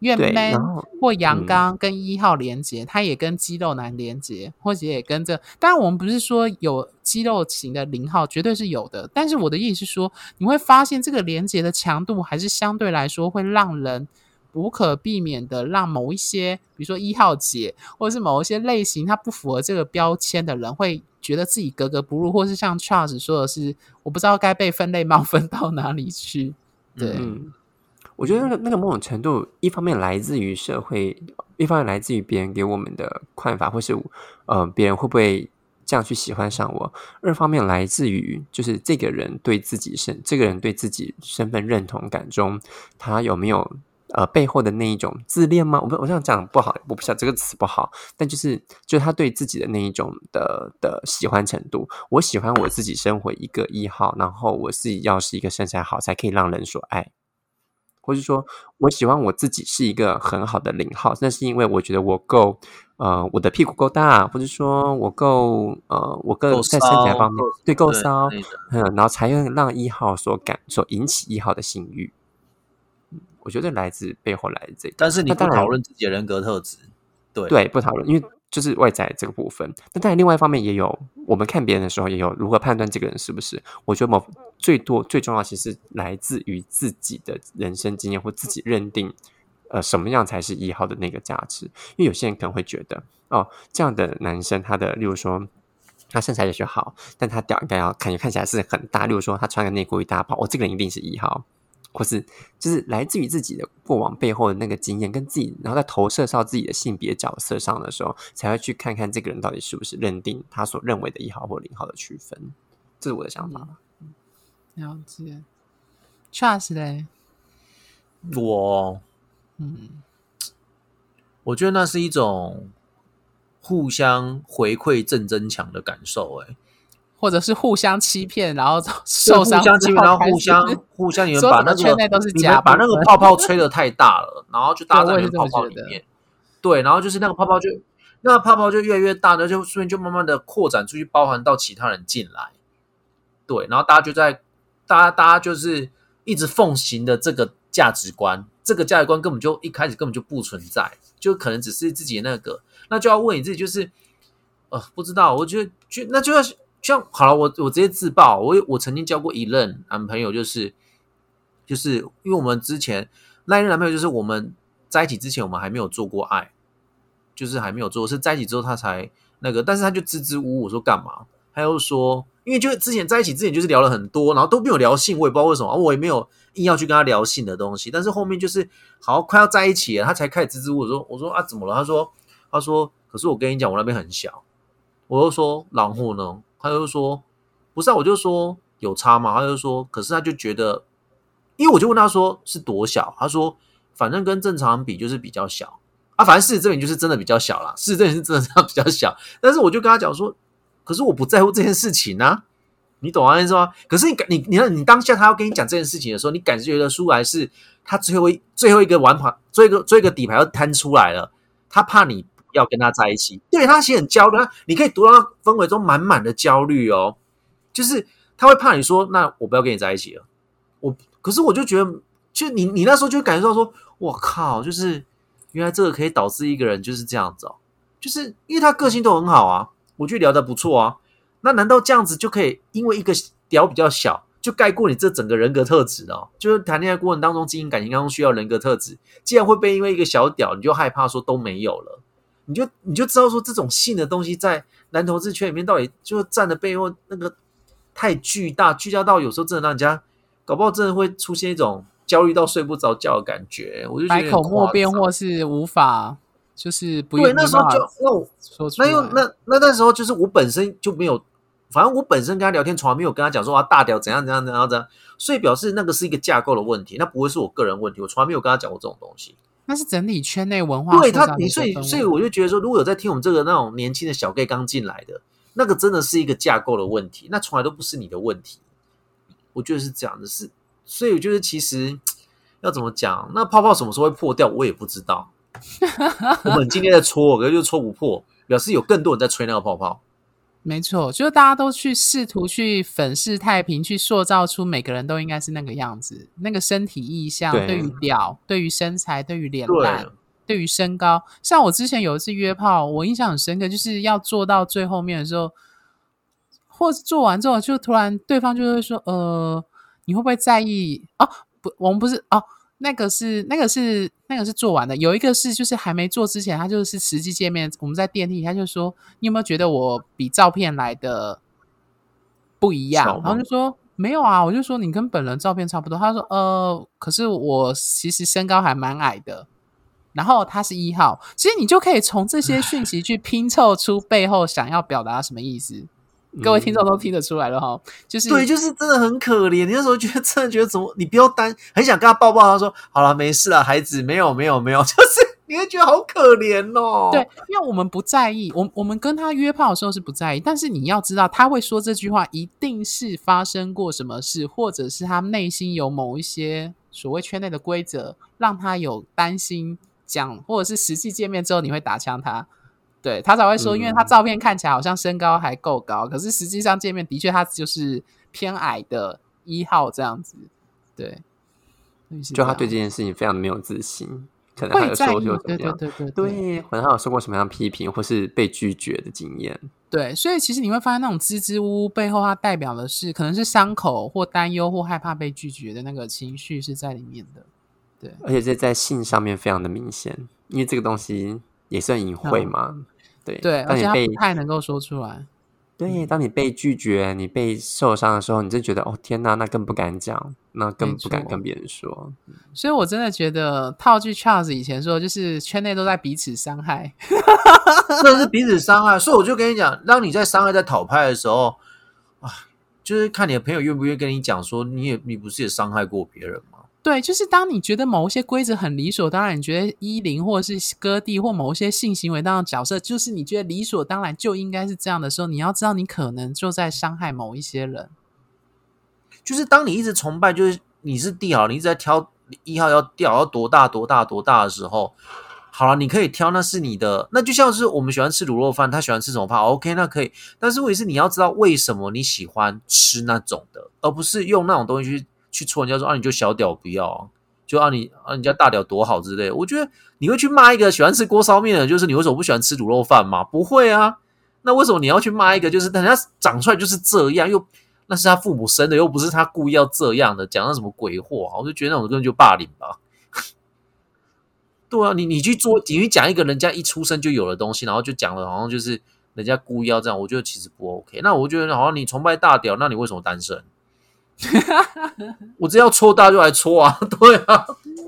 因为对，然 man 后或阳刚跟1号连接，它也跟肌肉男连接，或者也跟当然我们不是说有肌肉型的0号，绝对是有的，但是我的意思是说，你会发现这个连接的强度还是相对来说会让人无可避免的让某一些，比如说1号姐，或者是某一些类型它不符合这个标签的人，会觉得自己格格不入，或是像 Charles 说的是，我不知道该被分类盲分到哪里去。对， 我觉得那个某种程度，一方面来自于社会，一方面来自于别人给我们的看法，或是别人会不会这样去喜欢上我；二方面来自于就是这个人对自己身份认同感中，他有没有背后的那一种自恋吗？我这样讲不好，我不晓得这个词不好，但就是他对自己的那一种的喜欢程度。我喜欢我自己身为一个1号，然后我自己要是一个身材好，才可以让人所爱。或是说我喜欢我自己是一个很好的0号，那是因为我觉得我够我的屁股够大，或者说我够在身材方面对够骚，然后才会让1号所引起1号的性欲。我觉得来自背后来自这个， 但是你不讨论自己的人格特质， 对，不讨论，因为就是外在这个部分。但当然，另外一方面也有，我们看别人的时候也有如何判断这个人是不是。我觉得最重要其实是来自于自己的人生经验或自己认定，什么样才是1号的那个价值。因为有些人可能会觉得，这样的男生，例如说他身材也许好，但他屌应该要看起来是很大。例如说他穿个内裤一大包，这个人一定是1号。或是就是来自于自己的过往背后的那个经验跟自己，然后再投射到自己的性别角色上的时候，才会去看看这个人到底是不是认定他所认为的1号或0号的区分。这是我的想法。 了解。Charles 嘞？ 我觉得那是一种互相回馈正增强的感受， 或者是互相欺骗，然后受伤之后， 互相欺骗，然后互相，你们把那个圈内都是你们把那个泡泡吹得太大了，然后就搭在那个泡泡里面，对，然后就是那个泡泡就越来越大，然后就顺便就慢慢的扩展出去，包含到其他人进来，对，然后大家就是一直奉行的这个价值观，这个价值观一开始根本就不存在，就可能只是自己的那个，那就要问你自己，就是不知道，我觉得那就要。像好了，我直接自爆，我曾经交过一任男朋友，就是因为我们之前那一任男朋友，就是我们在一起之前，我们还没有做过爱，就是还没有做，是在一起之后他才那个，但是他就支支吾吾，我说干嘛？他又说，因为就之前在一起之前就是聊了很多，然后都没有聊性，我也不知道为什么，我也没有硬要去跟他聊性的东西，但是后面就是好快要在一起了，他才开始支支吾吾，我说啊怎么了？他说，可是我跟你讲，我那边很小，我就说然后呢？他就说不是啊，我就说有差嘛，他就说可是他就觉得，因为我就问他说是多小，他说反正跟正常人比就是比较小啊，反正事实证明就是真的比较小啦，事实证明是真的比较小，但是我就跟他讲说，可是我不在乎这件事情啊，你懂我意思吗？可是你当下他要跟你讲这件事情的时候，你感觉得出来是他最后一个玩牌，最后一个底牌要摊出来了，他怕你要跟他在一起，对，他其实很焦虑，你可以读到他氛围中满满的焦虑哦，就是他会怕你说，那我不要跟你在一起了。可是我就觉得，就你那时候就感受到说，我靠，就是原来这个可以导致一个人就是这样子哦，就是因为他个性都很好啊，我觉得聊得不错啊，那难道这样子就可以因为一个屌比较小，就盖过你这整个人格特质哦？就是谈恋爱过程当中，经营感情当中需要人格特质，既然会被因为一个小屌，你就害怕说都没有了。你就知道说这种性的东西在男同志圈里面到底就占的背后那个太巨大到有时候真的让人家搞不好真的会出现一种焦虑到睡不着觉的感觉，我就觉得百口莫辩或是无法就是不对，那时候就说出来那时候就是我本身就没有，反正我本身跟他聊天从来没有跟他讲说大屌怎样，所以表示那个是一个架构的问题，那不会是我个人问题，我从来没有跟他讲过这种东西。 那是整体圈内文化， 对他，所以我就觉得说，如果有在听我们这个那种年轻的小 gay 刚进来的，那个真的是一个架构的问题，那从来都不是你的问题。我觉得是这样的，所以我觉得其实要怎么讲，那泡泡什么时候会破掉，我也不知道。我们今天在戳，可是就戳不破，表示有更多人在吹那个泡泡。 没错，就是大家都去试图去粉饰太平，去塑造出每个人都应该是那个样子，那个身体意象，对于屌，对于身材，对于脸蛋，对于身高。像我之前有一次约炮，我印象很深刻，就是要做到最后面的时候，或是做完之后，就突然对方就会说，你会不会在意？哦，不，我们不是哦。那个是做完的，有一个是就是还没做之前，他就是实际见面，我们在电梯，他就说你有没有觉得我比照片来的不一样？然后就说没有啊，我就说你跟本人照片差不多。他说可是我其实身高还蛮矮的，然后他是1号，其实你就可以从这些讯息去拼凑出背后想要表达什么意思。各位听众都听得出来了哈，就是对，就是真的很可怜。你那时候真的觉得怎么，你不要很想跟他抱抱，他说好了，没事了，孩子，没有，就是你会觉得好可怜哦。 对，因为我们不在意，我们跟他约炮的时候是不在意，但是你要知道，他会说这句话，一定是发生过什么事，或者是他内心有某一些所谓圈内的规则，让他有担心讲，或者是实际见面之后你会打枪他。对，他才会说，因为他照片看起来好像身高还够高，可是实际上见面的确他就是偏矮的1号这样子。对， 就他对这件事情非常的没有自信，可能他有受过怎么样，对，可能他有受过什么样的批评，或是被拒绝的经验。 对，所以其实你会发现那种支支吾吾背后，它代表的是可能是伤口或担忧或害怕被拒绝的那个情绪是在里面的。对， 而且这在性上面非常的明显，因为这个东西也算隐晦嘛。 对，而且他不太能够说出来。 对，当你被拒绝，你被受伤的时候，你就觉得哦天哪，那更不敢讲，那更不敢跟别人说。 所以我真的觉得套句 Charles 以前说，就是圈内都在彼此伤害， 真的是彼此伤害。所以我就跟你讲，当你在伤害在讨拍的时候啊，就是看你的朋友愿不愿意跟你讲说，你不是也伤害过别人吗？ 对，就是当你觉得某一些规则很理所当然，你觉得依零或者是割地或某一些性行为当中的角色，就是你觉得理所当然就应该是这样的时候，你要知道你可能就在伤害某一些人。 就是当你一直崇拜，就是你是帝好，你一直在挑1号要掉要多大的时候，好了，你可以挑，那是你的，那就像是我们喜欢吃卤肉饭，他喜欢吃什么饭 ，OK， 那可以，但是问题是你要知道为什么你喜欢吃那种的，而不是用那种东西去戳人家说啊，你就小屌不要啊，就人家大屌多好之类的。我觉得你会去骂一个喜欢吃锅烧面的，就是你为什么不喜欢吃卤肉饭吗？不会啊，那为什么你要去骂一个就是人家长出来就是这样，又那是他父母生的，又不是他故意要这样的，讲那什么鬼话，我就觉得那种根本就霸凌吧。对啊，你去讲一个人家一出生就有的东西，然后就讲了好像就是人家故意要这样，我觉得其实不 OK。那我觉得好像你崇拜大屌，那你为什么单身？我只要戳大就来戳啊，对啊，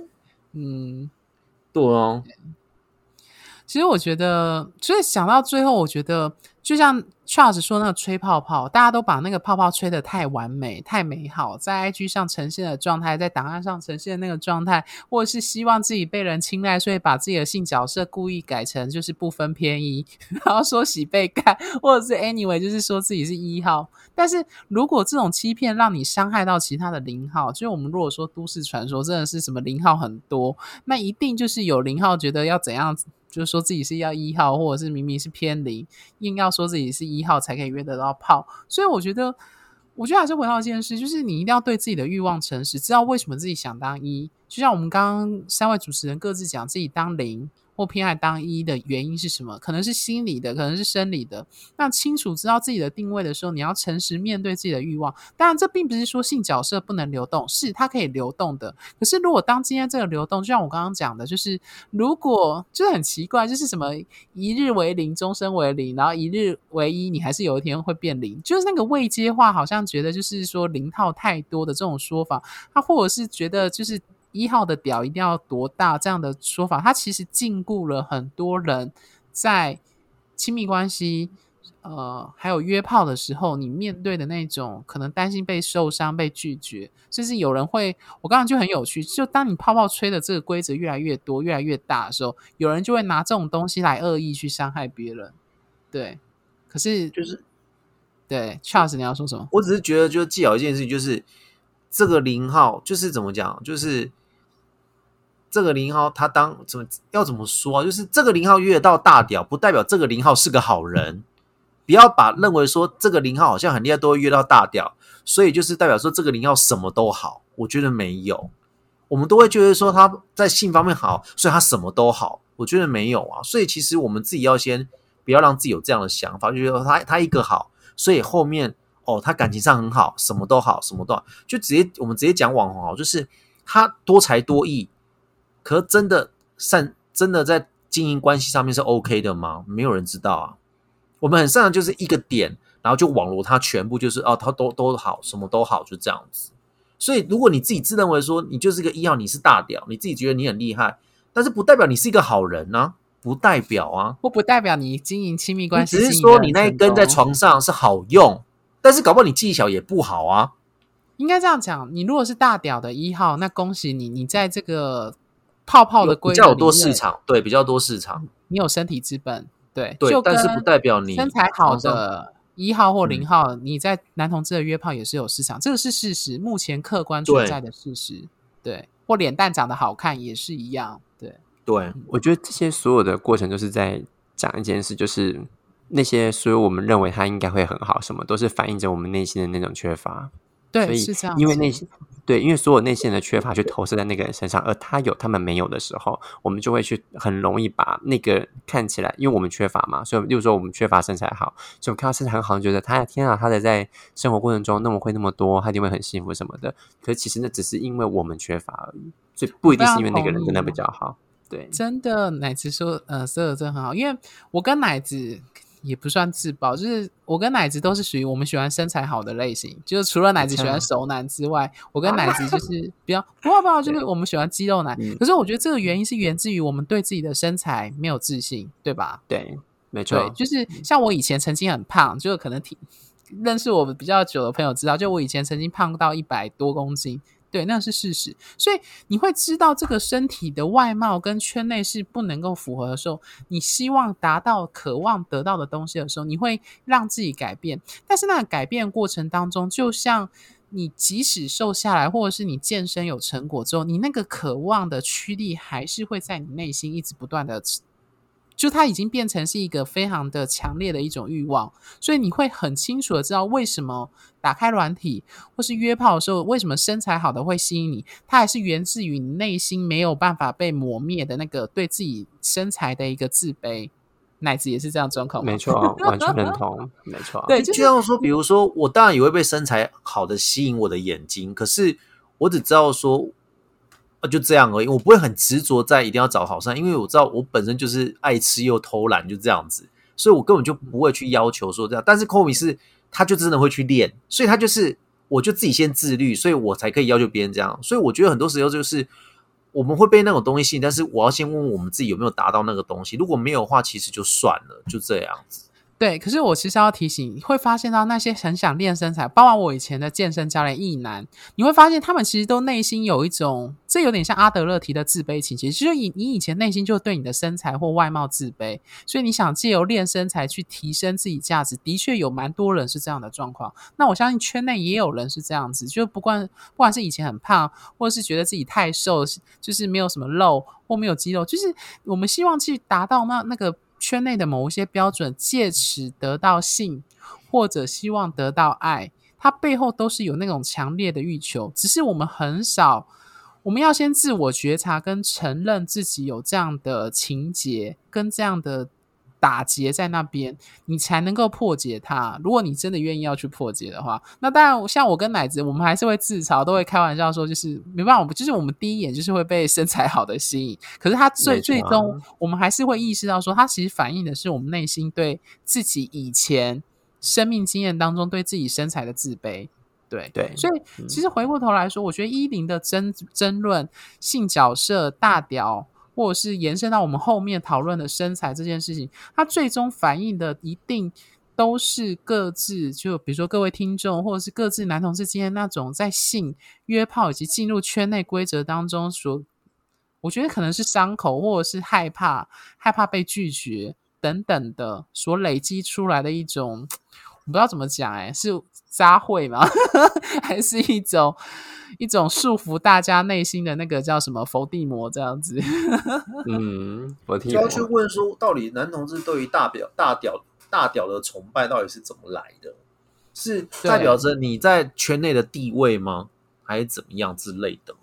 对啊。 其实我觉得，所以想到最后，我觉得就像 Charles 说那个吹泡泡，大家都把那个泡泡吹得太完美、太美好，在 IG 上呈现的状态，在档案上呈现的那个状态，或者是希望自己被人青睐，所以把自己的性角色故意改成就是不分偏一，然后说喜被干，或者是 anyway 就是说自己是1号。但是如果这种欺骗让你伤害到其他的0号，就是我们如果说都市传说真的是什么0号很多，那一定就是有0号觉得要怎样，就是说自己是要1号，或者是明明是偏0，硬要说自己是1号才可以约得到炮。所以我觉得还是回到一件事，就是你一定要对自己的欲望诚实，知道为什么自己想当1。就像我们刚刚3位主持人各自讲自己当0或偏爱当1的原因是什么，可能是心理的，可能是生理的。那清楚知道自己的定位的时候，你要诚实面对自己的欲望。当然这并不是说性角色不能流动，是它可以流动的。可是如果当今天这个流动，就像我刚刚讲的，就是如果就是很奇怪，就是什么一日为0终身为0，然后一日为1，你还是有一天会变0，就是那个位阶化好像觉得就是说0号太多的这种说法，他或者是觉得就是1号的屌一定要多大这样的说法，它其实禁锢了很多人在亲密关系还有约炮的时候，你面对的那种可能担心被受伤、被拒绝，甚至有人会，我刚刚就很有趣，就当你泡泡吹的这个规则越来越多、越来越大的时候，有人就会拿这种东西来恶意去伤害别人。对，可是就是对 Charles 你要说什么？ 我只是觉得就记好一件事情，就是这个0号就是怎么讲，就是这个0号他要怎么说啊？就是这个0号约得到大屌，不代表这个0号是个好人。 不要认为说这个0号好像很厉害，都会约到大屌，所以就是代表说这个0号什么都好。我觉得没有，我们都会觉得说他在性方面好，所以他什么都好。我觉得没有啊，所以其实我们自己要先不要让自己有这样的想法，就觉得他一个好，所以后面他感情上很好，什么都好，什么都好，就我们直接讲网红好，就是他多才多艺，可是真的在经营关系上面是 OK 的吗？没有人知道啊。我们很擅长就是一个点，然后就网罗他全部，就是他都好，什么都好，就这样子。所以如果你自己自认为说你就是个1号，你是大屌，你自己觉得你很厉害，但是不代表你是一个好人啊，不代表啊， 或不代表你经营亲密关系， 只是说你那一根在床上是好用，但是搞不好你技巧也不好啊。 应该这样讲，你如果是大屌的1号，那恭喜你，你在这个泡泡的规律比较有多市场，对，比较多市场， 你有身体资本，对， 但是不代表你身材好的1号或0号，你在男同志的约炮也是有市场，这个是事实，目前客观存在的事实，对，或脸蛋长得好看也是一样，对， 我觉得这些所有的过程都是在讲一件事，就是那些所有我们认为他应该会很好，什么都是反映着我们内心的那种缺乏。 对， 所以是这样子。 因为所有内心的缺乏去投射在那个人身上，而他有他们没有的时候，我们就会去很容易把那个看起来，因为我们缺乏嘛，所以例如说我们缺乏身材好，所以我们看到身材很好，觉得天啊，他在生活过程中那么会那么多，他一定会很幸福什么的。可是其实那只是因为我们缺乏而已，所以不一定是因为那个人真的比较好。对， 真的，奶子说，说的真很好，因为我跟奶子也不算自爆，就是我跟奶子都是属于我们喜欢身材好的类型，就是除了奶子喜欢熟男之外，我跟奶子就是比较不好，就是我们喜欢肌肉男。可是我觉得这个原因是源自于我们对自己的身材没有自信，对吧？ 对，没错。 对，就是像我以前曾经很胖，就可能认识我比较久的朋友知道，就我以前曾经胖到100多公斤。对，那是事实，所以你会知道这个身体的外貌跟圈内是不能够符合的时候，你希望达到渴望得到的东西的时候，你会让自己改变，但是那个改变过程当中，就像你即使瘦下来，或者是你健身有成果之后，你那个渴望的驱力还是会在你内心一直不断的，就它已经变成是一个非常的强烈的一种欲望，所以你会很清楚的知道为什么打开软体或是约炮的时候，为什么身材好的会吸引你，它还是源自于你内心没有办法被磨灭的那个对自己身材的一个自卑。奶子也是这样状况吗？ 没错，完全认同，没错。 对， 就像说，比如说我当然也会被身材好的吸引我的眼睛，可是我只知道说就这样而已，我不会很执着在一定要找好看，因为我知道我本身就是爱吃又偷懒，就这样子，所以我根本就不会去要求说这样。但是 Komi 是他就真的会去练，所以他就是我就自己先自律，所以我才可以要求别人这样。所以我觉得很多时候就是我们会被那种东西吸引，但是我要先问问我们自己有没有达到那个东西，如果没有的话，其实就算了，就这样子。 对，可是我其实要提醒，你会发现到那些很想练身材，包括我以前的健身教练异男，你会发现他们其实都内心有一种，这有点像阿德勒提的自卑情结，就是你以前内心就对你的身材或外貌自卑，所以你想借由练身材去提升自己价值，的确有蛮多人是这样的状况。那我相信圈内也有人是这样子，就不管是以前很胖，或者是觉得自己太瘦，就是没有什么肉或没有肌肉，就是我们希望去达到那个圈内的某一些标准，借此得到性或者希望得到爱，它背后都是有那种强烈的欲求，只是我们很少，我们要先自我觉察跟承认自己有这样的情节跟这样的打结在那边，你才能够破解它。如果你真的愿意要去破解的话，那当然像我跟奶子，我们还是会自嘲，都会开玩笑说，就是没办法，就是我们第一眼就是会被身材好的吸引，可是它最终我们还是会意识到说，它其实反映的是我们内心对自己以前生命经验当中对自己身材的自卑。对，所以其实回过头来说，我觉得10的争论性角色大屌，或者是延伸到我们后面讨论的身材这件事情，它最终反映的一定都是各自，就比如说各位听众或者是各自男同志经验那种在性约炮以及进入圈内规则当中所，我觉得可能是伤口或者是害怕被拒绝等等的所累积出来的一种，我不知道怎么讲，是杂烩吗？还是一种束缚大家内心的那个叫什么伏地魔这样子？ 伏地魔就要去问说，到底男同志对于大屌大屌的崇拜到底是怎么来的？是代表着你在圈内的地位吗？还是怎么样之类的？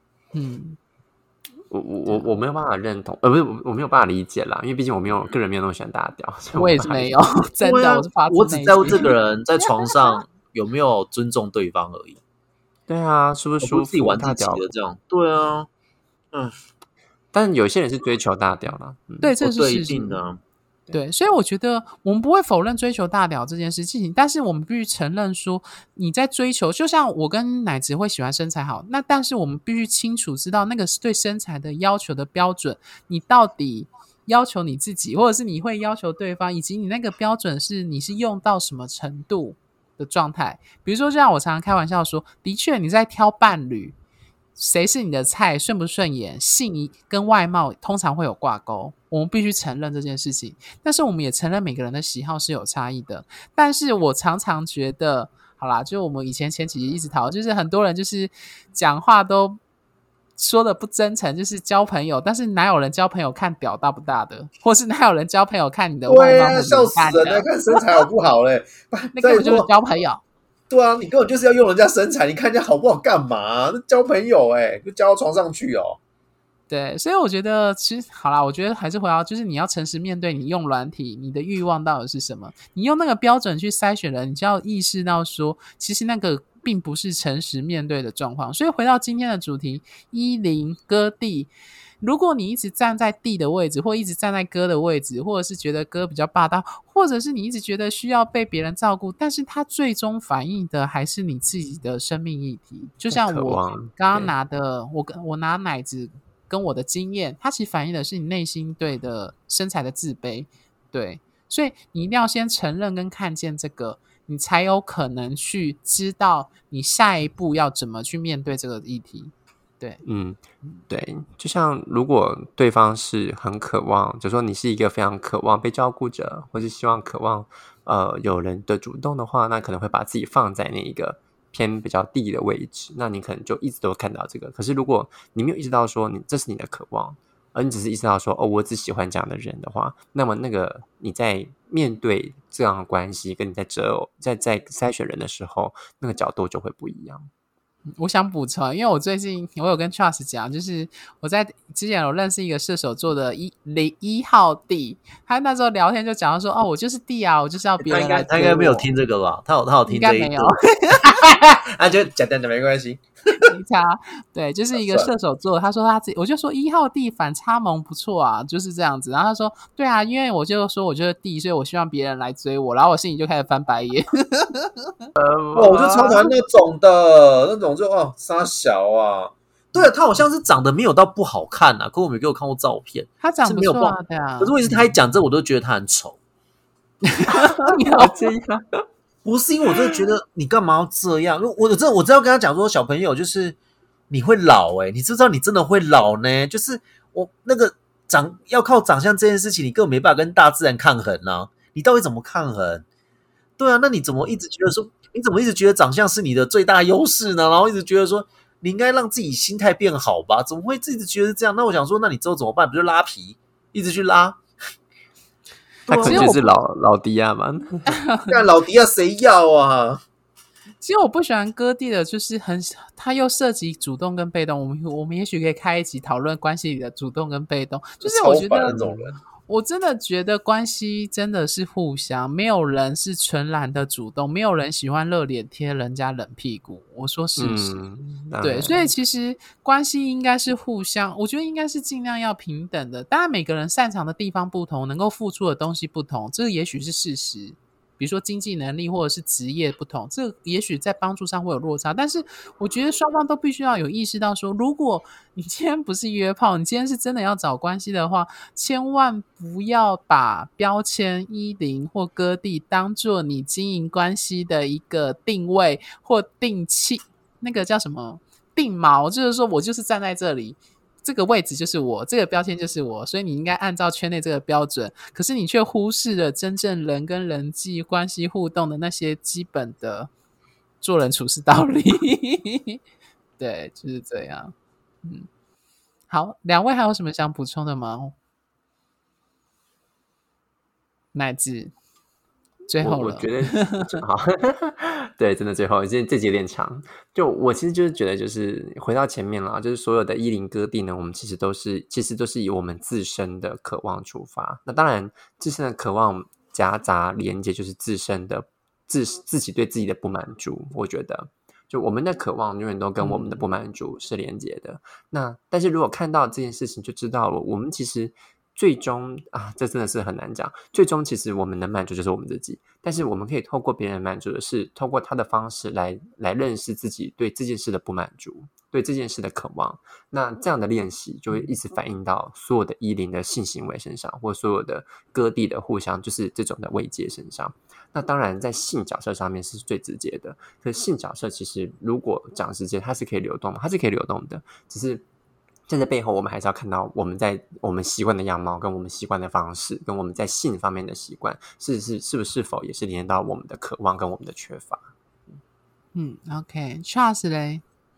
我没有办法认同，不是我没有办法理解啦，因为毕竟个人没有那么喜欢大屌，所以我也是没有，真的， 我只在乎这个人在床上有没有尊重对方而已。 对啊，舒不舒服？ 自己玩自己的这样，对啊， 但有些人是追求大屌啦， 对，这是事实。 一定的。 对，所以我觉得我们不会否认追求大屌这件事情，但是我们必须承认说，你在追求，就像我跟奶子会喜欢身材好，那但是我们必须清楚知道那个是对身材的要求的标准，你到底要求你自己，或者是你会要求对方，以及你那个标准是你是用到什么程度的状态。比如说，就像我常常开玩笑说，的确你在挑伴侣，谁是你的菜，顺不顺眼，性跟外貌通常会有挂钩，我们必须承认这件事情。但是我们也承认每个人的喜好是有差异的。但是我常常觉得，好啦，就我们以前前几集一直讨论，就是很多人就是讲话都说的不真诚，就是交朋友，但是哪有人交朋友看屌大不大的，或是哪有人交朋友看你的外貌不笑死人了，看身材好不好嘞？ 那根本就是交朋友。 对啊，你根本就是要用人家身材，你看人家好不好干嘛？那交朋友就交到床上去哦。 对，所以我觉得其实好啦，我觉得还是回到，就是你要诚实面对你用软体，你的欲望到底是什么？你用那个标准去筛选人，你就要意识到说，其实那个并不是诚实面对的状况。所以回到今天的主题，一零割地。如果你一直站在地的位置，或一直站在哥的位置，或者是觉得哥比较霸道，或者是你一直觉得需要被别人照顾，但是他最终反映的还是你自己的生命议题。就像我刚刚拿的，我拿奶子跟我的经验，它其实反映的是你内心对的身材的自卑。对，所以你一定要先承认跟看见这个，你才有可能去知道你下一步要怎么去面对这个议题。对， 对，就像如果对方是很渴望，就说你是一个非常渴望被照顾者，或是希望渴望有人的主动的话，那可能会把自己放在那一个偏比较低的位置，那你可能就一直都看到这个。可是如果你没有意识到说这是你的渴望，而你只是意识到说我只喜欢这样的人的话，那么那个你在面对这样的关系，跟你在筛选人的时候，那个角度就会不一样。 我想补充，因为我最近我有跟 Charles 讲，就是我在之前有认识一个射手座的一号弟，他那时候聊天就讲到说，我就是弟啊，我就是要别人来追我。 他应该没有听这个吧？他有听这一个，应该没有。他就讲没关系。 对，就是一个射手座，他说他自己，我就说一号弟反差萌不错啊，就是这样子。然后他说，对啊，因为我就说我就是弟，所以我希望别人来追我，然后我心里就开始翻白眼。 我就超讨厌那种的，那种就傻小啊。对啊，他好像是长得没有到不好看啊，可我没给我看过照片， 他长得不错啊，对啊。 可是问题是他一讲这，我都觉得他很丑。不是因为我真的觉得你干嘛要这样？我真的要跟他讲说，小朋友就是你会老你知不知道你真的会老呢？就是我那个要靠长相这件事情，你根本没办法跟大自然抗衡啊！你到底怎么抗衡？对啊，那你怎么一直觉得说，你怎么一直觉得长相是你的最大优势呢？然后一直觉得说你应该让自己心态变好吧？怎么会一直觉得这样？那我想说，那你之后怎么办？不就拉皮，一直去拉？ 他可能就是老迪亚嘛， 干老迪亚谁要啊？ 其实我不喜欢割地的，就是他又涉及主动跟被动。我们也许可以开一集讨论关系里的主动跟被动。就是我觉得那种人， 我真的觉得关系真的是互相，没有人是纯然的主动，没有人喜欢热脸贴人家冷屁股。我说是不是？对，所以其实关系应该是互相，我觉得应该是尽量要平等的。当然每个人擅长的地方不同，能够付出的东西不同，这个也许是事实。比如说经济能力或者是职业不同，这个也许在帮助上会有落差，但是我觉得双方都必须要有意识到说，如果你今天不是约炮，你今天是真的要找关系的话，千万不要把标签10或割地当做你经营关系的一个定位或定期，那个叫什么定锚，就是说我就是站在这里，这个位置就是我，这个标签就是我，所以你应该按照圈内这个标准，可是你却忽视了真正人跟人际关系互动的那些基本的做人处事道理。对，就是这样。好，两位还有什么想补充的吗？乃至我最后了。 觉得好，对，真的最后这集有点长。就我其实就是觉得，就是回到前面了，就是所有的一零歌地呢，我们其实都是以我们自身的渴望出发。那当然，自身的渴望夹杂连接，就是自身的自己对自己的不满足。我觉得，就我们的渴望永远都跟我们的不满足是连接的。那但是如果看到这件事情，就知道了，我们其实最终这真的是很难讲。最终其实我们能满足就是我们自己，但是我们可以透过别人满足的是，透过他的方式来认识自己对这件事的不满足，对这件事的渴望。那这样的练习就会一直反映到所有的10的性行为身上，或所有的各地的互相就是这种的慰藉身上。那当然在性角色上面是最直接的，可是性角色其实如果讲直接，它是可以流动的，它是可以流动的，只是在这背后我们还是要看到我们习惯的样貌，跟我们习惯的方式，跟我们在性方面的习惯是否也是连到我们的渴望跟我们的缺乏。 OK， Charles 嘞？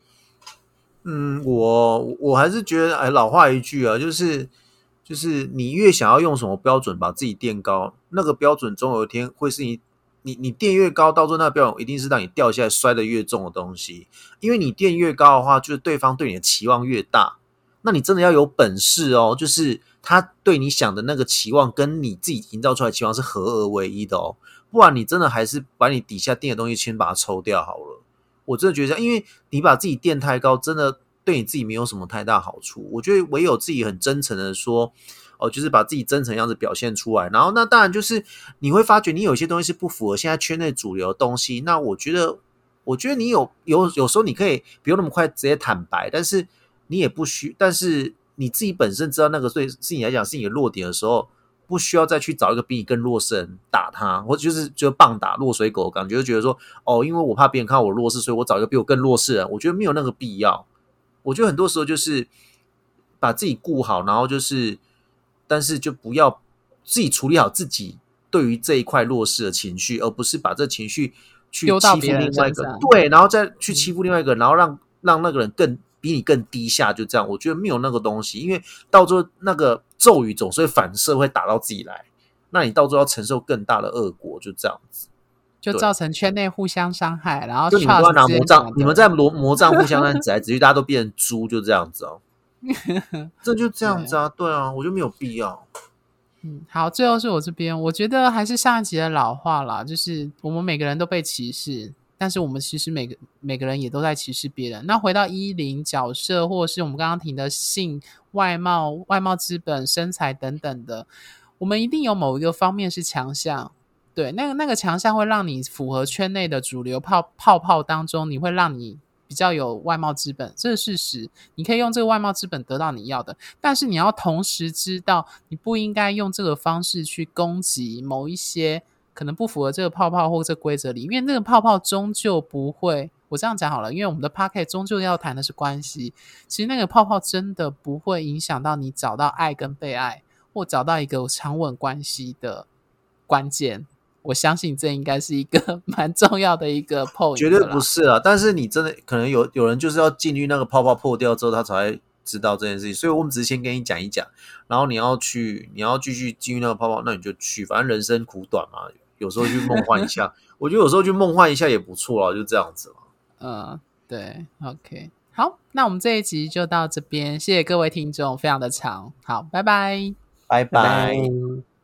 我还是觉得老话一句啊，就是你越想要用什么标准把自己垫高，那个标准终有一天会是你垫越高，到最后那个标准一定是让你掉下来摔得越重的东西。因为你垫越高的话，就是对方对你的期望越大。那你真的要有本事哦，就是他对你想的那个期望跟你自己营造出来的期望是合而为一的哦，不然你真的还是把你底下垫的东西先把它抽掉好了。我真的觉得这样，因为你把自己垫太高，真的对你自己没有什么太大好处。我觉得唯有自己很真诚的说，就是把自己真诚的样子表现出来，然后那当然就是你会发觉你有些东西是不符合现在圈内主流的东西。那我觉得你有时候你可以不用那么快直接坦白，但是你也不需，但是你自己本身知道那个对是你来讲是你的弱点的时候，不需要再去找一个比你更弱势的人打他，或者就棒打落水狗的感觉，就觉得说因为我怕别人看到我弱势，所以我找一个比我更弱势的人。我觉得没有那个必要。我觉得很多时候就是把自己顾好，然后就是但是就不要自己处理好自己对于这一块弱势的情绪，而不是把这情绪去欺负另外一个，对，然后再去欺负另外一个，然后让那个人比你更低下，就这样。我觉得没有那个东西，因为到最后那个咒语总是会反射，会打到自己来，那你到最后要承受更大的恶果，就这样子， 就造成圈内互相伤害，然后就你们都要拿魔杖，你们在魔杖互相指来指去，大家都变成猪，就这样子哦。这就这样子啊，对啊，我觉得没有必要。 好，最后是我这边，我觉得还是上一集的老话啦，就是我们每个人都被歧视，但是我们其实每个人也都在歧视别人。那回到10角色，或者是我们刚刚提的性、外貌资本、身材等等的，我们一定有某一个方面是强项。对，那个强项会让你符合圈内的主流泡泡当中，你会让你比较有外貌资本，这是事实。你可以用这个外貌资本得到你要的，但是你要同时知道，你不应该用这个方式去攻击某一些可能不符合这个泡泡或这个规则里，因为那个泡泡终究不会。我这样讲好了，因为我们的 podcast 终究要谈的是关系，其实那个泡泡真的不会影响到你找到爱跟被爱，或找到一个长稳关系的关键。我相信这应该是一个蛮重要的一个 point， 绝对不是啊！但是你真的可能有人就是要进去那个泡泡破掉之后，他才会知道这件事情。所以我们只是先跟你讲一讲，然后你要继续进入那个泡泡，那你就去，反正人生苦短嘛，有时候去梦幻一下，我觉得有时候去梦幻一下也不错啊，就这样子嘛。 对 ，OK， 好，那我们这一集就到这边，谢谢各位听众，非常的长，好，拜拜， 拜拜。